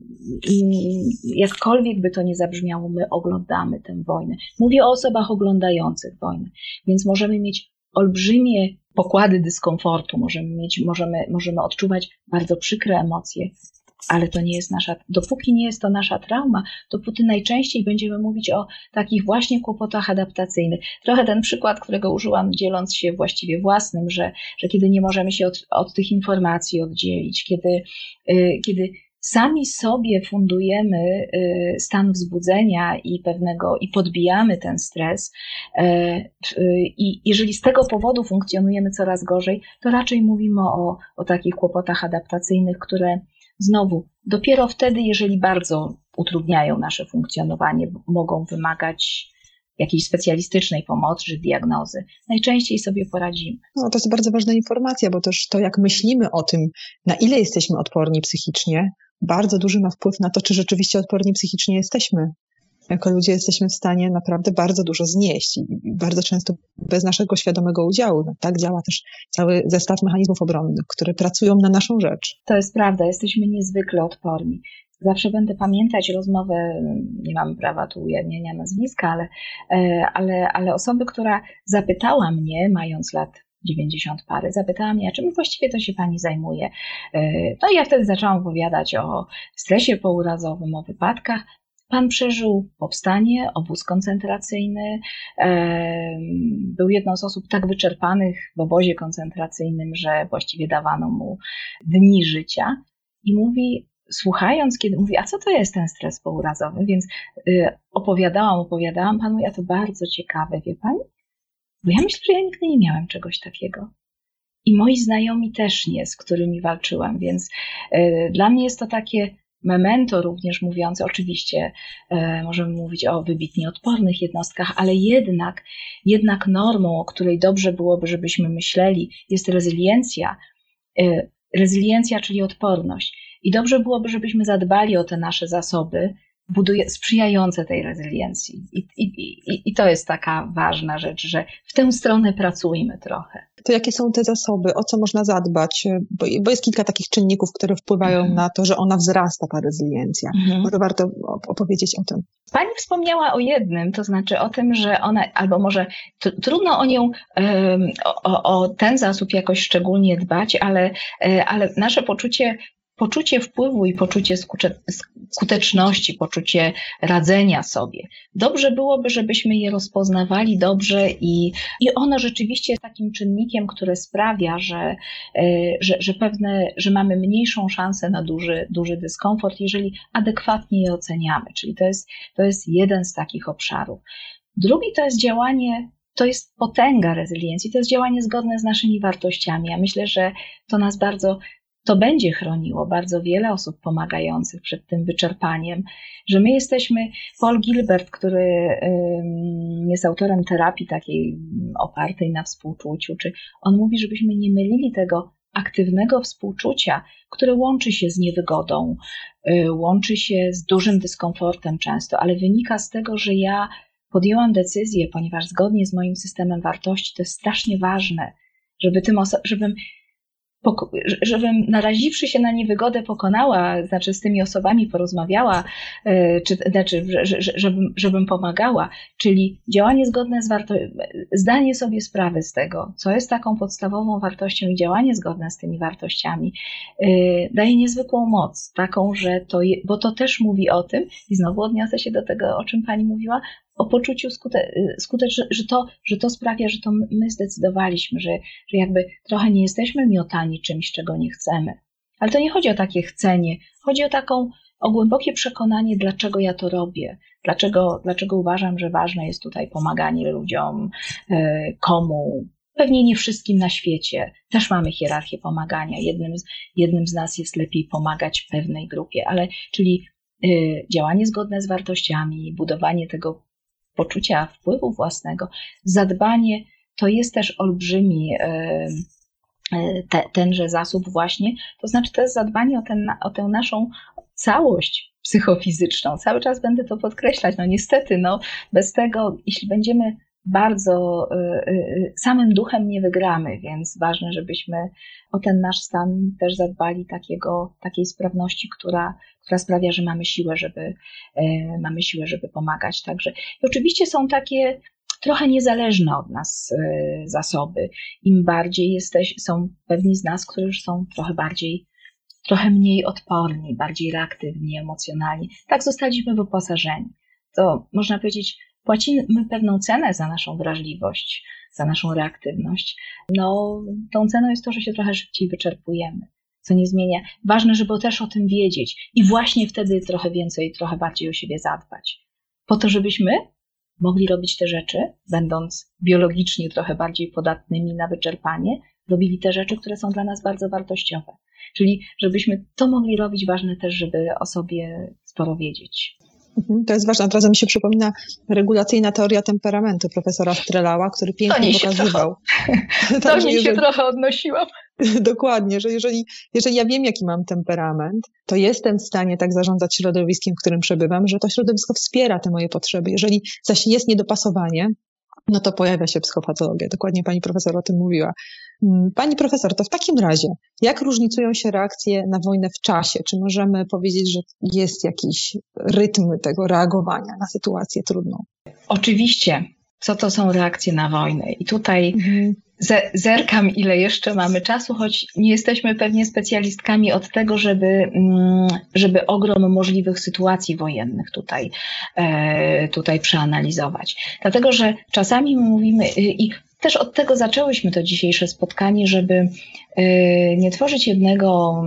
jakkolwiek by to nie zabrzmiało, my oglądamy tę wojnę. Mówię o osobach oglądających wojnę, więc możemy mieć olbrzymie pokłady dyskomfortu, możemy mieć, możemy, możemy odczuwać bardzo przykre emocje, ale to nie jest nasza, dopóki nie jest to nasza trauma, dopóty najczęściej będziemy mówić o takich właśnie kłopotach adaptacyjnych. Trochę ten przykład, którego użyłam, dzieląc się właściwie własnym, że, że kiedy nie możemy się od, od tych informacji oddzielić, kiedy, yy, kiedy sami sobie fundujemy yy, stan wzbudzenia i pewnego, i podbijamy ten stres, yy, yy, i jeżeli z tego powodu funkcjonujemy coraz gorzej, to raczej mówimy o, o takich kłopotach adaptacyjnych, które znowu, dopiero wtedy, jeżeli bardzo utrudniają nasze funkcjonowanie, mogą wymagać jakiejś specjalistycznej pomocy czy diagnozy. Najczęściej sobie poradzimy. No, to jest bardzo ważna informacja, bo też to, jak myślimy o tym, na ile jesteśmy odporni psychicznie, bardzo duży ma wpływ na to, czy rzeczywiście odporni psychicznie jesteśmy. Jako ludzie jesteśmy w stanie naprawdę bardzo dużo znieść i bardzo często bez naszego świadomego udziału. No, tak działa też cały zestaw mechanizmów obronnych, które pracują na naszą rzecz. To jest prawda, jesteśmy niezwykle odporni. zawsze będę pamiętać rozmowę, nie mam prawa tu ujawnienia nazwiska, ale, ale, ale osoby, która zapytała mnie, mając lat dziewięćdziesiąt parę, zapytała mnie, a czym właściwie to się pani zajmuje? No i ja wtedy zaczęłam opowiadać o stresie pourazowym, o wypadkach. Pan przeżył powstanie, obóz koncentracyjny, był jedną z osób tak wyczerpanych w obozie koncentracyjnym, że właściwie dawano mu dni życia i mówi, słuchając, kiedy mówi, a co to jest ten stres pourazowy? Więc opowiadałam, opowiadałam panu, a to bardzo ciekawe, wie pani? Bo ja myślę, że ja nigdy nie miałem czegoś takiego. I moi znajomi też nie, z którymi walczyłam, więc dla mnie jest to takie memento również mówiące, oczywiście e, możemy mówić o wybitnie odpornych jednostkach, ale jednak, jednak normą, o której dobrze byłoby, żebyśmy myśleli, jest rezyliencja. E, rezyliencja, czyli odporność. I dobrze byłoby, żebyśmy zadbali o te nasze zasoby, buduje, sprzyjające tej rezyliencji. I, i, i, I to jest taka ważna rzecz, że w tę stronę pracujmy trochę. To jakie są te zasoby? O co można zadbać? Bo, bo jest kilka takich czynników, które wpływają mm. na to, że ona wzrasta, ta rezyliencja. Mm. Może warto opowiedzieć o tym. Pani wspomniała o jednym, to znaczy o tym, że ona, albo może t- trudno o nią, um, o, o ten zasób jakoś szczególnie dbać, ale, ale nasze poczucie Poczucie wpływu i poczucie skuteczności, poczucie radzenia sobie. Dobrze byłoby, żebyśmy je rozpoznawali dobrze i, i ono rzeczywiście jest takim czynnikiem, który sprawia, że, że, że pewne, że mamy mniejszą szansę na duży, duży dyskomfort, jeżeli adekwatnie je oceniamy. Czyli to jest, to jest jeden z takich obszarów. Drugi to jest działanie, to jest potęga rezyliencji, to jest działanie zgodne z naszymi wartościami. Ja myślę, że to nas bardzo To będzie chroniło bardzo wiele osób pomagających przed tym wyczerpaniem, że my jesteśmy, Paul Gilbert, który jest autorem terapii takiej opartej na współczuciu, czy on mówi, żebyśmy nie mylili tego aktywnego współczucia, które łączy się z niewygodą, łączy się z dużym dyskomfortem często, ale wynika z tego, że ja podjęłam decyzję, ponieważ zgodnie z moim systemem wartości to jest strasznie ważne, żeby tym oso- żebym żebym naraziwszy się na niewygodę pokonała, znaczy z tymi osobami porozmawiała, czy, znaczy żebym, żebym pomagała, czyli działanie zgodne z wartościami, zdanie sobie sprawy z tego, co jest taką podstawową wartością i działanie zgodne z tymi wartościami, daje niezwykłą moc, taką, że to, je, bo to też mówi o tym, i znowu odniosę się do tego, o czym pani mówiła, o poczuciu skute, skuteczności, że to, że to sprawia, że to my zdecydowaliśmy, że, że jakby trochę nie jesteśmy miotani czymś, czego nie chcemy. Ale to nie chodzi o takie chcenie, chodzi o taką, o głębokie przekonanie, dlaczego ja to robię, dlaczego, dlaczego uważam, że ważne jest tutaj pomaganie ludziom, komu. Pewnie nie wszystkim na świecie. Też mamy hierarchię pomagania. Jednym z, jednym z nas jest lepiej pomagać pewnej grupie, ale czyli y, działanie zgodne z wartościami, budowanie tego poczucia wpływu własnego, zadbanie, to jest też olbrzymi te, tenże zasób właśnie, to znaczy to jest zadbanie o, ten, o tę naszą całość psychofizyczną. Cały czas będę to podkreślać, no niestety, no bez tego, jeśli będziemy bardzo samym duchem nie wygramy, więc ważne, żebyśmy o ten nasz stan też zadbali takiego, takiej sprawności, która, która sprawia, że mamy siłę, żeby, mamy siłę, żeby pomagać. Także i oczywiście są takie trochę niezależne od nas zasoby. Im bardziej jesteś, są pewni z nas, którzy już są trochę bardziej, trochę mniej odporni, bardziej reaktywni emocjonalnie. Tak zostaliśmy wyposażeni. To można powiedzieć, płacimy pewną cenę za naszą wrażliwość, za naszą reaktywność. No, tą ceną jest to, że się trochę szybciej wyczerpujemy, co nie zmienia. Ważne, żeby też o tym wiedzieć i właśnie wtedy trochę więcej, trochę bardziej o siebie zadbać. Po to, żebyśmy mogli robić te rzeczy, będąc biologicznie trochę bardziej podatnymi na wyczerpanie, robili te rzeczy, które są dla nas bardzo wartościowe. Czyli żebyśmy to mogli robić, ważne też, żeby o sobie sporo wiedzieć. To jest ważne. Od razu mi się przypomina regulacyjna teoria temperamentu profesora Strelała, który pięknie pokazywał. Trochę, do niej się trochę odnosiłam. Dokładnie, że jeżeli, jeżeli ja wiem, jaki mam temperament, to jestem w stanie tak zarządzać środowiskiem, w którym przebywam, że to środowisko wspiera te moje potrzeby. Jeżeli zaś jest niedopasowanie, No to pojawia się psychopatologia. Dokładnie pani profesor o tym mówiła. Pani profesor, to w takim razie, jak różnicują się reakcje na wojnę w czasie? Czy możemy powiedzieć, że jest jakiś rytm tego reagowania na sytuację trudną? Oczywiście. Co to są reakcje na wojnę? I tutaj mhm. ze, zerkam, ile jeszcze mamy czasu, choć nie jesteśmy pewnie specjalistkami od tego, żeby, żeby ogrom możliwych sytuacji wojennych tutaj, tutaj przeanalizować. Dlatego, że czasami mówimy i też od tego zaczęłyśmy to dzisiejsze spotkanie, żeby nie tworzyć jednego,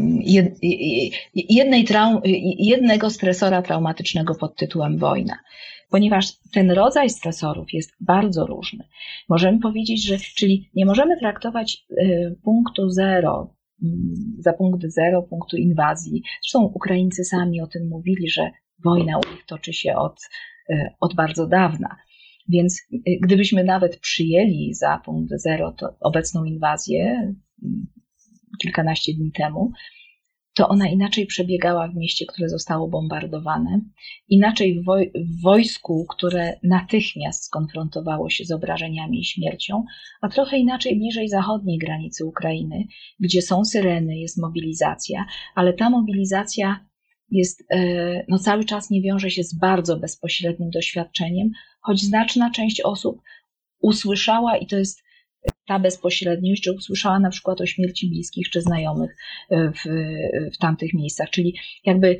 jednej traum, jednego stresora traumatycznego pod tytułem wojna. Ponieważ ten rodzaj stresorów jest bardzo różny. Możemy powiedzieć, że, czyli nie możemy traktować punktu zero, za punkt zero, punktu inwazji. Zresztą Ukraińcy sami o tym mówili, że wojna u nich toczy się od, od bardzo dawna. Więc gdybyśmy nawet przyjęli za punkt zero to obecną inwazję kilkanaście dni temu, to ona inaczej przebiegała w mieście, które zostało bombardowane, inaczej w, woj- w wojsku, które natychmiast skonfrontowało się z obrażeniami i śmiercią, a trochę inaczej bliżej zachodniej granicy Ukrainy, gdzie są syreny, jest mobilizacja, ale ta mobilizacja jest, no, cały czas nie wiąże się z bardzo bezpośrednim doświadczeniem, choć znaczna część osób usłyszała, i to jest ta bezpośredniość, że usłyszała na przykład o śmierci bliskich czy znajomych w, w tamtych miejscach. Czyli jakby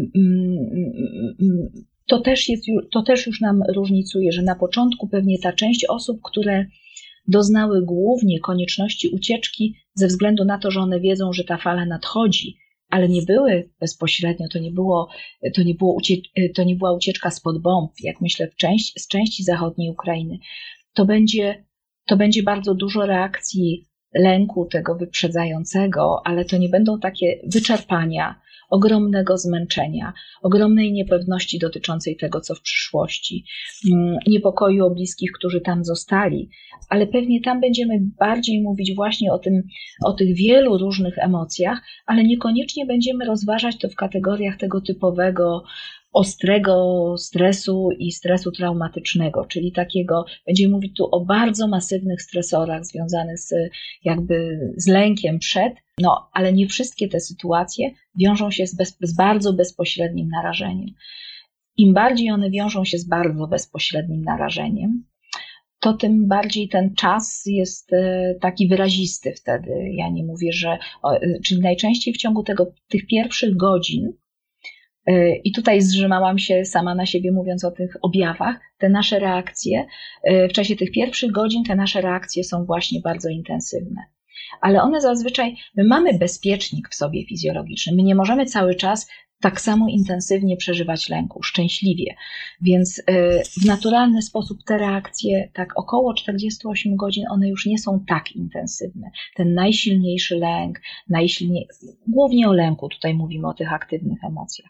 to też jest, to też już nam różnicuje, że na początku pewnie ta część osób, które doznały głównie konieczności ucieczki ze względu na to, że one wiedzą, że ta fala nadchodzi, ale nie były bezpośrednio, to nie było, to nie było ucie, to nie była ucieczka spod bomb, jak myślę w części, z części zachodniej Ukrainy, to będzie To będzie bardzo dużo reakcji lęku tego wyprzedzającego, ale to nie będą takie wyczerpania, ogromnego zmęczenia, ogromnej niepewności dotyczącej tego, co w przyszłości, niepokoju o bliskich, którzy tam zostali, ale pewnie tam będziemy bardziej mówić właśnie o tym, o tych wielu różnych emocjach, ale niekoniecznie będziemy rozważać to w kategoriach tego typowego ostrego stresu i stresu traumatycznego, czyli takiego, będziemy mówić tu o bardzo masywnych stresorach związanych z jakby z lękiem przed, no ale nie wszystkie te sytuacje wiążą się z, bez, z bardzo bezpośrednim narażeniem. Im bardziej one wiążą się z bardzo bezpośrednim narażeniem, to tym bardziej ten czas jest taki wyrazisty wtedy. Ja nie mówię, że, czyli najczęściej w ciągu tego, tych pierwszych godzin, i tutaj zrzymałam się sama na siebie, mówiąc o tych objawach, te nasze reakcje, w czasie tych pierwszych godzin te nasze reakcje są właśnie bardzo intensywne. Ale one zazwyczaj, my mamy bezpiecznik w sobie fizjologiczny, my nie możemy cały czas tak samo intensywnie przeżywać lęku, szczęśliwie. Więc w naturalny sposób te reakcje, tak około czterdzieści osiem godzin, one już nie są tak intensywne. Ten najsilniejszy lęk, najsilniej, głównie o lęku, tutaj mówimy o tych aktywnych emocjach.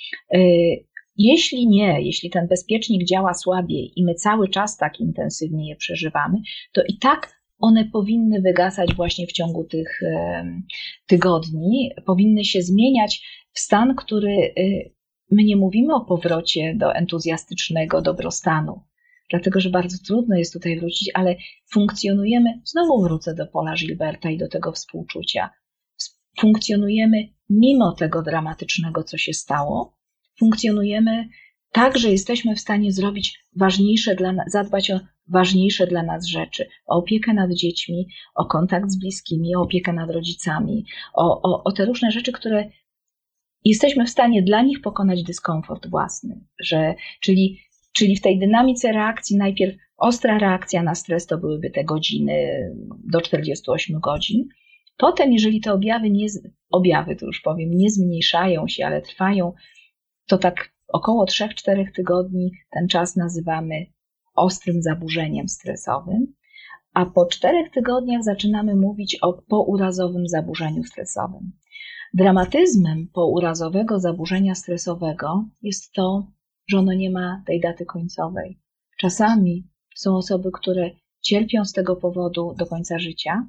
Jeśli nie, jeśli ten bezpiecznik działa słabiej i my cały czas tak intensywnie je przeżywamy, to i tak one powinny wygasać właśnie w ciągu tych tygodni, powinny się zmieniać w stan, który my nie mówimy o powrocie do entuzjastycznego dobrostanu, dlatego że bardzo trudno jest tutaj wrócić, ale funkcjonujemy, znowu wrócę do Paula Gilberta i do tego współczucia, funkcjonujemy mimo tego dramatycznego, co się stało, funkcjonujemy tak, że jesteśmy w stanie zrobić ważniejsze dla nas, zadbać o ważniejsze dla nas rzeczy, o opiekę nad dziećmi, o kontakt z bliskimi, o opiekę nad rodzicami, o, o, o te różne rzeczy, które jesteśmy w stanie dla nich pokonać dyskomfort własny, że, czyli, czyli w tej dynamice reakcji najpierw ostra reakcja na stres to byłyby te godziny do czterdziestu ośmiu godzin. Potem, jeżeli te objawy, nie, objawy to już powiem, nie zmniejszają się, ale trwają, to tak około trzech czterech tygodni ten czas nazywamy ostrym zaburzeniem stresowym, a po czterech tygodniach zaczynamy mówić o pourazowym zaburzeniu stresowym. Dramatyzmem pourazowego zaburzenia stresowego jest to, że ono nie ma tej daty końcowej. Czasami są osoby, które cierpią z tego powodu do końca życia.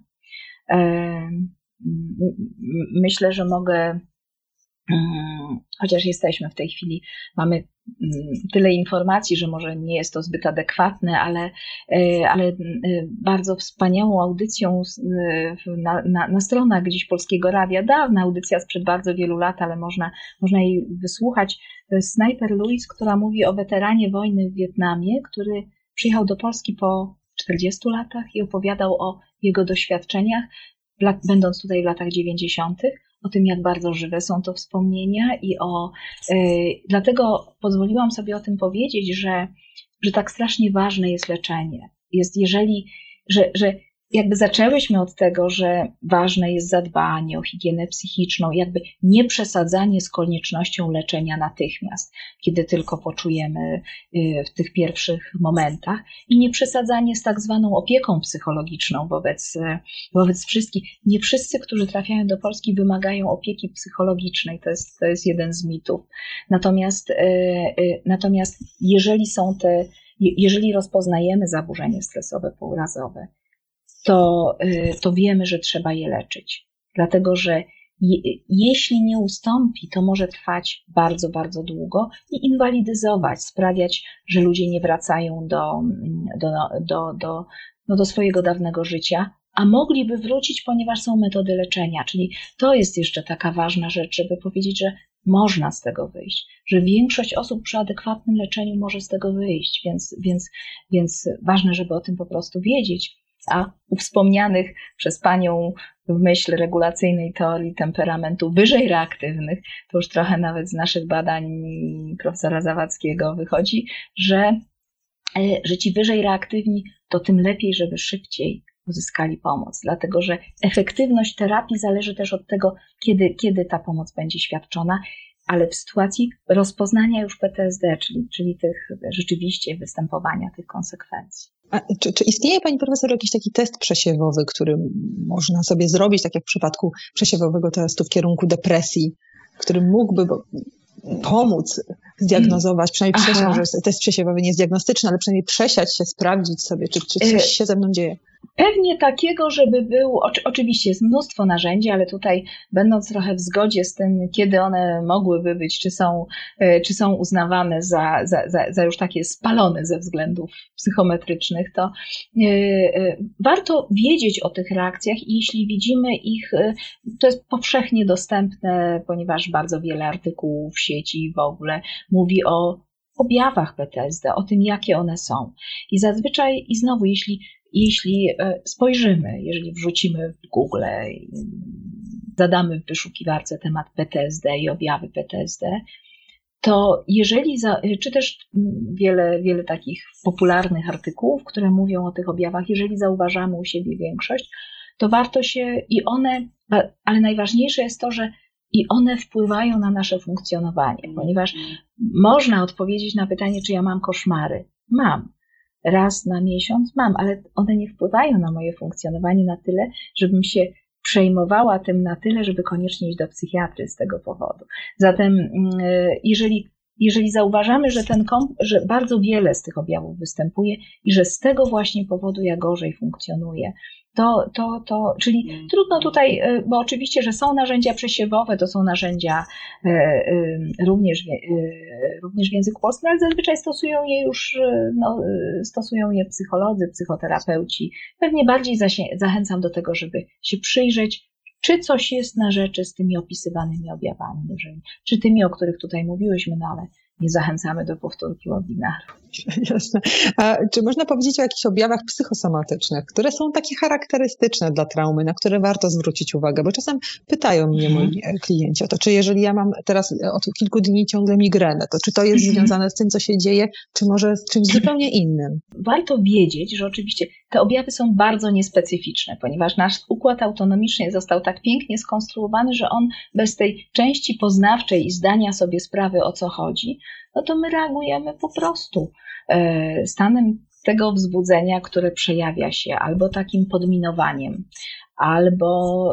Myślę, że mogę, chociaż jesteśmy w tej chwili, mamy tyle informacji, że może nie jest to zbyt adekwatne, ale, ale bardzo wspaniałą audycją na, na, na stronach gdzieś Polskiego Radia, dawna audycja sprzed bardzo wielu lat, ale można, można jej wysłuchać. To jest Sniper Louise, która mówi o weteranie wojny w Wietnamie, który przyjechał do Polski po czterdziestu latach i opowiadał o jego doświadczeniach, będąc tutaj w latach dziewięćdziesiątych. O tym, jak bardzo żywe są to wspomnienia i o, yy, dlatego pozwoliłam sobie o tym powiedzieć, że, że tak strasznie ważne jest leczenie. Jest, jeżeli, że, że jakby zaczęłyśmy od tego, że ważne jest zadbanie o higienę psychiczną, jakby nie przesadzanie z koniecznością leczenia natychmiast, kiedy tylko poczujemy w tych pierwszych momentach i nie przesadzanie z tak zwaną opieką psychologiczną wobec, wobec wszystkich. Nie wszyscy, którzy trafiają do Polski, wymagają opieki psychologicznej. To jest, to jest jeden z mitów. Natomiast, natomiast jeżeli są te, jeżeli rozpoznajemy zaburzenie stresowe pourazowe, to, to wiemy, że trzeba je leczyć. Dlatego, że je, jeśli nie ustąpi, to może trwać bardzo, bardzo długo i inwalidyzować, sprawiać, że ludzie nie wracają do, do, do, do, no do swojego dawnego życia, a mogliby wrócić, ponieważ są metody leczenia. Czyli to jest jeszcze taka ważna rzecz, żeby powiedzieć, że można z tego wyjść, że większość osób przy adekwatnym leczeniu może z tego wyjść, więc, więc, więc ważne, żeby o tym po prostu wiedzieć. A u wspomnianych przez Panią w myśl regulacyjnej teorii temperamentu wyżej reaktywnych, to już trochę nawet z naszych badań profesora Zawadzkiego wychodzi, że, że ci wyżej reaktywni to tym lepiej, żeby szybciej uzyskali pomoc, dlatego że efektywność terapii zależy też od tego, kiedy, kiedy ta pomoc będzie świadczona, ale w sytuacji rozpoznania już P T S D, czyli, czyli tych rzeczywiście występowania tych konsekwencji. A czy, czy istnieje, Pani Profesor, jakiś taki test przesiewowy, który można sobie zrobić, tak jak w przypadku przesiewowego testu w kierunku depresji, który mógłby pomóc zdiagnozować, przynajmniej przesiać, może test przesiewowy nie jest diagnostyczny, ale przynajmniej przesiać się, sprawdzić sobie, czy, czy coś się ze mną dzieje? Pewnie takiego, żeby był, oczywiście jest mnóstwo narzędzi, ale tutaj będąc trochę w zgodzie z tym, kiedy one mogłyby być, czy są, czy są uznawane za, za, za, za już takie spalone ze względów psychometrycznych, to yy, warto wiedzieć o tych reakcjach i jeśli widzimy ich, to jest powszechnie dostępne, ponieważ bardzo wiele artykułów w sieci w ogóle mówi o objawach P T S D, o tym, jakie one są. I zazwyczaj, i znowu, jeśli Jeśli spojrzymy, jeżeli wrzucimy w Google, zadamy w wyszukiwarce temat P T S D i objawy P T S D, to jeżeli, za, czy też wiele, wiele takich popularnych artykułów, które mówią o tych objawach, jeżeli zauważamy u siebie większość, to warto się i one, ale najważniejsze jest to, że i one wpływają na nasze funkcjonowanie, ponieważ można odpowiedzieć na pytanie, czy ja mam koszmary. Mam. Raz na miesiąc mam, ale one nie wpływają na moje funkcjonowanie na tyle, żebym się przejmowała tym na tyle, żeby koniecznie iść do psychiatry z tego powodu. Zatem jeżeli, jeżeli zauważamy, że, ten, że bardzo wiele z tych objawów występuje i że z tego właśnie powodu ja gorzej funkcjonuję, to, to, to, czyli hmm. trudno tutaj, bo oczywiście, że są narzędzia przesiewowe, to są narzędzia również, również w języku polskim, ale zazwyczaj stosują je już, no, stosują je psycholodzy, psychoterapeuci. Pewnie bardziej zachęcam do tego, żeby się przyjrzeć, czy coś jest na rzeczy z tymi opisywanymi objawami, jeżeli, czy tymi, o których tutaj mówiłyśmy, no ale nie zachęcamy do powtórki webinaru. Jasne. A czy można powiedzieć o jakichś objawach psychosomatycznych, które są takie charakterystyczne dla traumy, na które warto zwrócić uwagę? Bo czasem pytają mnie moi klienci o to, czy jeżeli ja mam teraz od kilku dni ciągle migrenę, to czy to jest związane z tym, co się dzieje, czy może z czymś zupełnie innym? Warto wiedzieć, że oczywiście te objawy są bardzo niespecyficzne, ponieważ nasz układ autonomiczny został tak pięknie skonstruowany, że on bez tej części poznawczej i zdania sobie sprawy, o co chodzi, no to my reagujemy po prostu stanem tego wzbudzenia, które przejawia się albo takim podminowaniem, albo,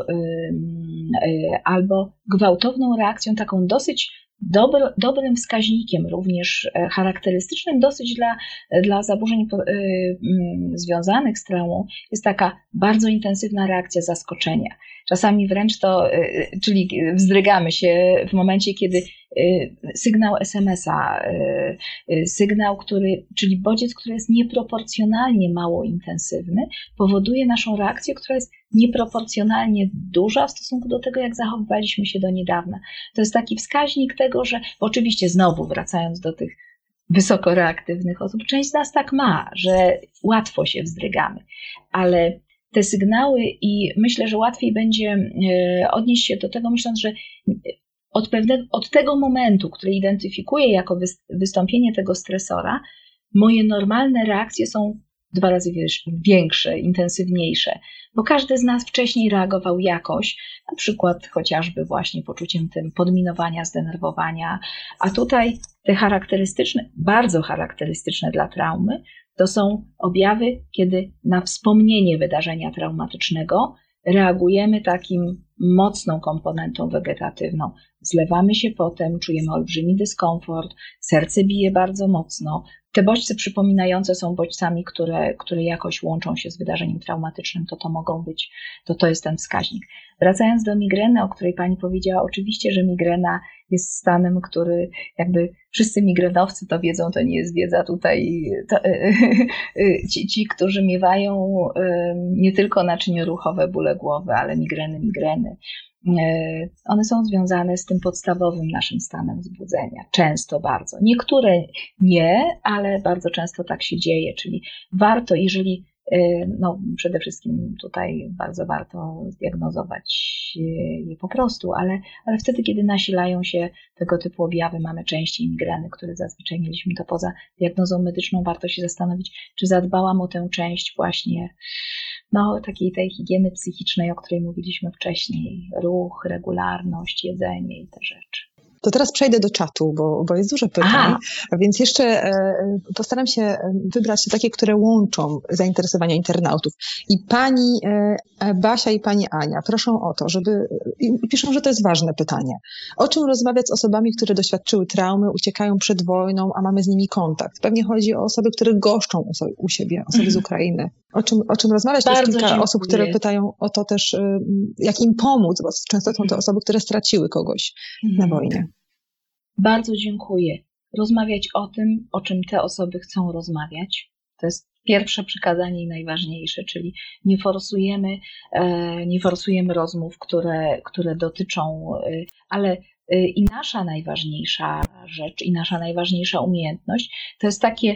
albo gwałtowną reakcją, taką dosyć dobry, dobrym wskaźnikiem, również charakterystycznym dosyć dla, dla zaburzeń związanych z traumą, jest taka bardzo intensywna reakcja zaskoczenia. Czasami wręcz to, czyli wzdrygamy się w momencie, kiedy sygnał es em es a, sygnał, który, czyli bodziec, który jest nieproporcjonalnie mało intensywny, powoduje naszą reakcję, która jest nieproporcjonalnie duża w stosunku do tego, jak zachowywaliśmy się do niedawna. To jest taki wskaźnik tego, że oczywiście znowu wracając do tych wysoko reaktywnych osób, część z nas tak ma, że łatwo się wzdrygamy, ale te sygnały i myślę, że łatwiej będzie odnieść się do tego, myśląc, że od, pewnego, od tego momentu, który identyfikuję jako wystąpienie tego stresora, moje normalne reakcje są dwa razy większe, intensywniejsze, bo każdy z nas wcześniej reagował jakoś, na przykład chociażby właśnie poczuciem tym podminowania, zdenerwowania, a tutaj te charakterystyczne, bardzo charakterystyczne dla traumy, to są objawy, kiedy na wspomnienie wydarzenia traumatycznego reagujemy takim mocną komponentą wegetatywną. Zlewamy się potem, czujemy olbrzymi dyskomfort, serce bije bardzo mocno. Te bodźce przypominające są bodźcami, które, które jakoś łączą się z wydarzeniem traumatycznym, to to mogą być, to to jest ten wskaźnik. Wracając do migreny, o której Pani powiedziała, oczywiście, że migrena jest stanem, który jakby wszyscy migrenowcy to wiedzą, to nie jest wiedza tutaj, to, ci, ci, którzy miewają nie tylko naczynie ruchowe, bóle głowy, ale migreny, migreny. One są związane z tym podstawowym naszym stanem wzbudzenia. Często bardzo. Niektóre nie, ale bardzo często tak się dzieje, czyli warto, jeżeli, no przede wszystkim tutaj bardzo warto zdiagnozować je po prostu, ale, ale wtedy, kiedy nasilają się tego typu objawy, mamy częściej migreny, które zazwyczaj mieliśmy to poza diagnozą medyczną, warto się zastanowić, czy zadbałam o tę część właśnie no, takiej tej higieny psychicznej, o której mówiliśmy wcześniej, ruch, regularność, jedzenie i te rzeczy. To teraz przejdę do czatu, bo, bo jest dużo pytań, Aha. więc jeszcze e, postaram się wybrać takie, które łączą zainteresowania internautów. I pani e, Basia i pani Ania proszą o to, żeby, i piszą, że to jest ważne pytanie. O czym rozmawiać z osobami, które doświadczyły traumy, uciekają przed wojną, a mamy z nimi kontakt? Pewnie chodzi o osoby, które goszczą u, so, u siebie, osoby z Ukrainy. O czym, o czym rozmawiać? To jest kilka dziękuję. osób, które pytają o to też, jak im pomóc, bo często są to osoby, które straciły kogoś mhm. na wojnie. Bardzo dziękuję. Rozmawiać o tym, o czym te osoby chcą rozmawiać. To jest pierwsze przykazanie i najważniejsze, czyli nie forsujemy, nie forsujemy rozmów, które, które dotyczą, ale i nasza najważniejsza rzecz, i nasza najważniejsza umiejętność to jest takie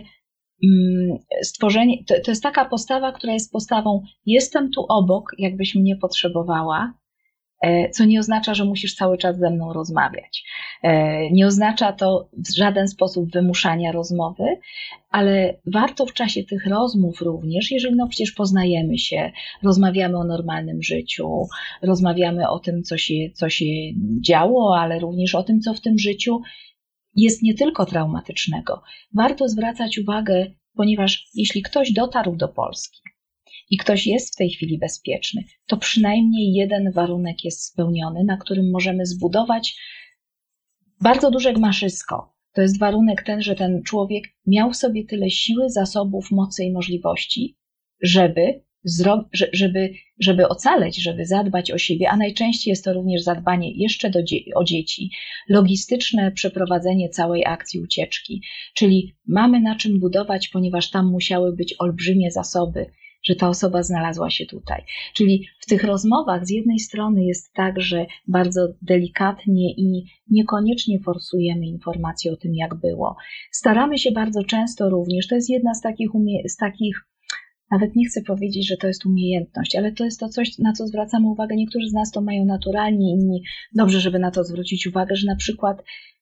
stworzenie, to, to jest taka postawa, która jest postawą jestem tu obok, jakbyś mnie potrzebowała, co nie oznacza, że musisz cały czas ze mną rozmawiać. Nie oznacza to w żaden sposób wymuszania rozmowy, ale warto w czasie tych rozmów również, jeżeli no przecież poznajemy się, rozmawiamy o normalnym życiu, rozmawiamy o tym, co się, co się działo, ale również o tym, co w tym życiu jest nie tylko traumatycznego. Warto zwracać uwagę, ponieważ jeśli ktoś dotarł do Polski i ktoś jest w tej chwili bezpieczny, to przynajmniej jeden warunek jest spełniony, na którym możemy zbudować bardzo duże gmaszysko. To jest warunek ten, że ten człowiek miał w sobie tyle siły, zasobów, mocy i możliwości, żeby, zro- żeby, żeby ocaleć, żeby zadbać o siebie, a najczęściej jest to również zadbanie jeszcze do dzie- o dzieci, logistyczne przeprowadzenie całej akcji ucieczki, czyli mamy na czym budować, ponieważ tam musiały być olbrzymie zasoby, że ta osoba znalazła się tutaj. Czyli w tych rozmowach z jednej strony jest tak, że bardzo delikatnie i niekoniecznie forsujemy informacje o tym, jak było. Staramy się bardzo często również, to jest jedna z takich, umie- z takich nawet nie chcę powiedzieć, że to jest umiejętność, ale to jest to coś, na co zwracamy uwagę. Niektórzy z nas to mają naturalnie, inni dobrze, żeby na to zwrócić uwagę, że na przykład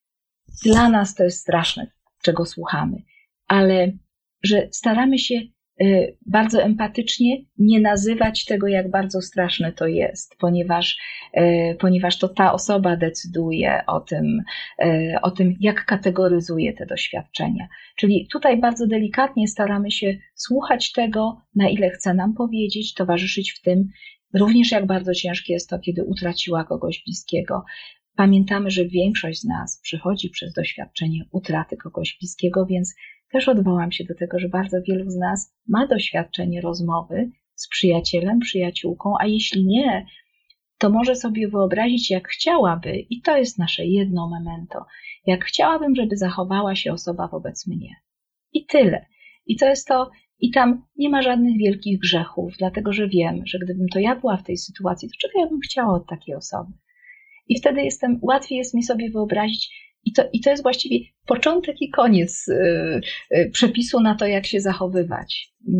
dla nas to jest straszne, czego słuchamy, ale że staramy się bardzo empatycznie nie nazywać tego, jak bardzo straszne to jest, ponieważ, ponieważ to ta osoba decyduje o tym, o tym, jak kategoryzuje te doświadczenia. Czyli tutaj bardzo delikatnie staramy się słuchać tego, na ile chce nam powiedzieć, towarzyszyć w tym, również jak bardzo ciężkie jest to, kiedy utraciła kogoś bliskiego. Pamiętamy, że większość z nas przychodzi przez doświadczenie utraty kogoś bliskiego, więc też odwołam się do tego, że bardzo wielu z nas ma doświadczenie rozmowy z przyjacielem, przyjaciółką, a jeśli nie, to może sobie wyobrazić, jak chciałaby, i to jest nasze jedno memento, jak chciałabym, żeby zachowała się osoba wobec mnie. I tyle. I to jest to, i tam nie ma żadnych wielkich grzechów, dlatego że wiem, że gdybym to ja była w tej sytuacji, to czego ja bym chciała od takiej osoby? I wtedy jestem, łatwiej jest mi sobie wyobrazić, i to, i to jest właściwie początek i koniec yy, yy, przepisu na to, jak się zachowywać. Yy,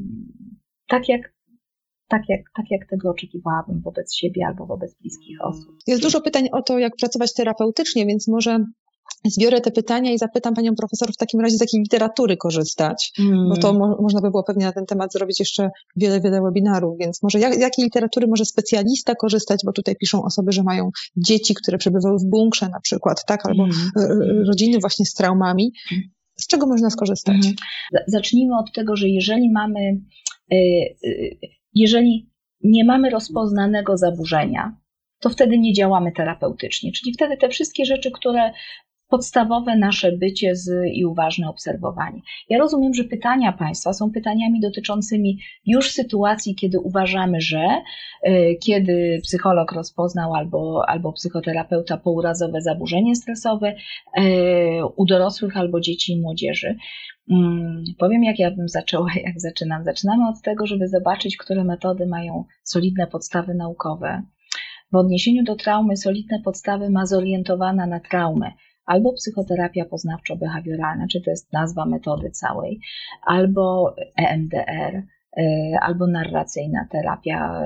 tak jak Tak jak, tak jak tego oczekiwałabym wobec siebie albo wobec bliskich osób. Jest dużo pytań o to, jak pracować terapeutycznie, więc może zbiorę te pytania i zapytam panią profesor w takim razie, z jakiej literatury korzystać, mm. bo to mo- można by było pewnie na ten temat zrobić jeszcze wiele, wiele webinarów, więc może jak, z jakiej literatury może specjalista korzystać, bo tutaj piszą osoby, że mają dzieci, które przebywały w bunkrze na przykład, tak, albo mm. rodziny właśnie z traumami. Z czego można skorzystać? Mm. Zacznijmy od tego, że jeżeli mamy y, y, Jeżeli nie mamy rozpoznanego zaburzenia, to wtedy nie działamy terapeutycznie, czyli wtedy te wszystkie rzeczy, które podstawowe nasze bycie z, i uważne obserwowanie. Ja rozumiem, że pytania Państwa są pytaniami dotyczącymi już sytuacji, kiedy uważamy, że y, kiedy psycholog rozpoznał albo, albo psychoterapeuta pourazowe zaburzenie stresowe y, u dorosłych albo dzieci i młodzieży. Hmm, powiem, jak ja bym zaczęła, jak zaczynam. Zaczynamy od tego, żeby zobaczyć, które metody mają solidne podstawy naukowe. W odniesieniu do traumy solidne podstawy ma zorientowana na traumę albo psychoterapia poznawczo-behawioralna, czy to jest nazwa metody całej, albo E M D R, albo narracyjna terapia,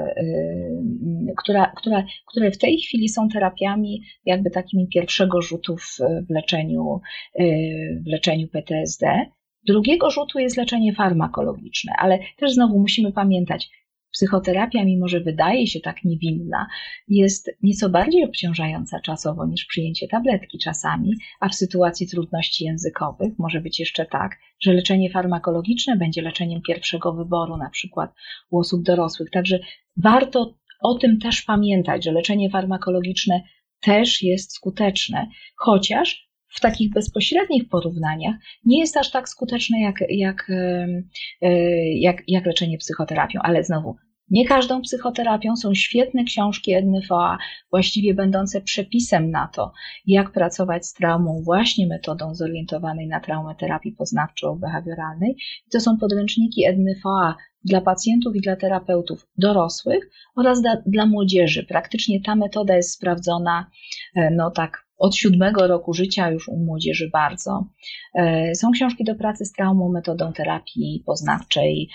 która, która, które w tej chwili są terapiami jakby takimi pierwszego rzutu w leczeniu, w leczeniu P T S D. Drugiego rzutu jest leczenie farmakologiczne, ale też znowu musimy pamiętać, psychoterapia, mimo że wydaje się tak niewinna, jest nieco bardziej obciążająca czasowo niż przyjęcie tabletki czasami, a w sytuacji trudności językowych może być jeszcze tak, że leczenie farmakologiczne będzie leczeniem pierwszego wyboru, na przykład u osób dorosłych. Także warto o tym też pamiętać, że leczenie farmakologiczne też jest skuteczne, chociaż w takich bezpośrednich porównaniach nie jest aż tak skuteczne jak, jak, jak, jak leczenie psychoterapią, ale znowu nie każdą psychoterapią. Są świetne książki Edny Foa, właściwie będące przepisem na to, jak pracować z traumą właśnie metodą zorientowanej na traumę terapii poznawczo-behawioralnej. To są podręczniki Edny Foa dla pacjentów i dla terapeutów dorosłych oraz dla, dla młodzieży. Praktycznie ta metoda jest sprawdzona, no tak, od siódmego roku życia, już u młodzieży bardzo. Są książki do pracy z traumą metodą terapii poznawczej,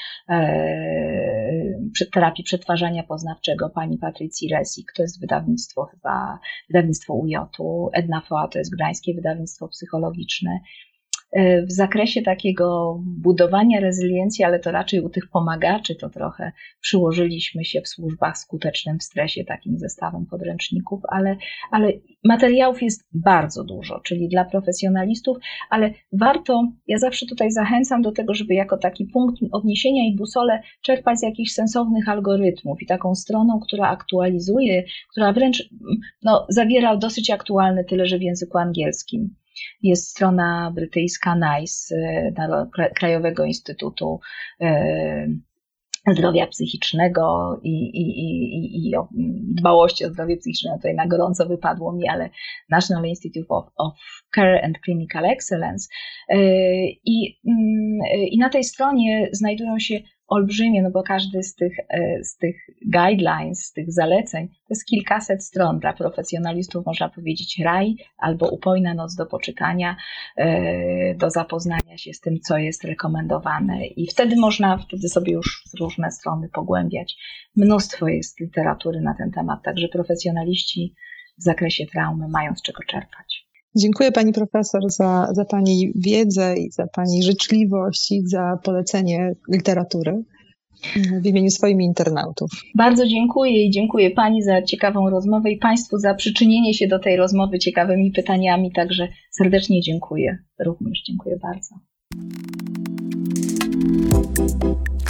terapii przetwarzania poznawczego pani Patrycji Resik, to jest wydawnictwo chyba, wydawnictwo U J-u, Edna Foa to jest gdańskie wydawnictwo psychologiczne. W zakresie takiego budowania rezyliencji, ale to raczej u tych pomagaczy, to trochę przyłożyliśmy się w służbach skutecznym w stresie takim zestawem podręczników, ale, ale materiałów jest bardzo dużo, czyli dla profesjonalistów, ale warto, ja zawsze tutaj zachęcam do tego, żeby jako taki punkt odniesienia i busolę czerpać z jakichś sensownych algorytmów i taką stroną, która aktualizuje, która wręcz no, zawiera dosyć aktualne, tyle że w języku angielskim. Jest strona brytyjska NICE, Krajowego Instytutu Zdrowia Psychicznego i, i, i, i dbałości o zdrowie psychiczne. Tutaj na gorąco wypadło mi, ale National Institute of, of Care and Clinical Excellence. I, I na tej stronie znajdują się olbrzymie, no bo każdy z tych, z tych guidelines, z tych zaleceń, to jest kilkaset stron. Dla profesjonalistów można powiedzieć raj albo upojna noc do poczytania, do zapoznania się z tym, co jest rekomendowane i wtedy można wtedy sobie już w różne strony pogłębiać. Mnóstwo jest literatury na ten temat, także profesjonaliści w zakresie traumy mają z czego czerpać. Dziękuję pani profesor za, za pani wiedzę i za pani życzliwość i za polecenie literatury w imieniu swoich internautów. Bardzo dziękuję i dziękuję pani za ciekawą rozmowę i państwu za przyczynienie się do tej rozmowy ciekawymi pytaniami, także serdecznie dziękuję. Również dziękuję bardzo.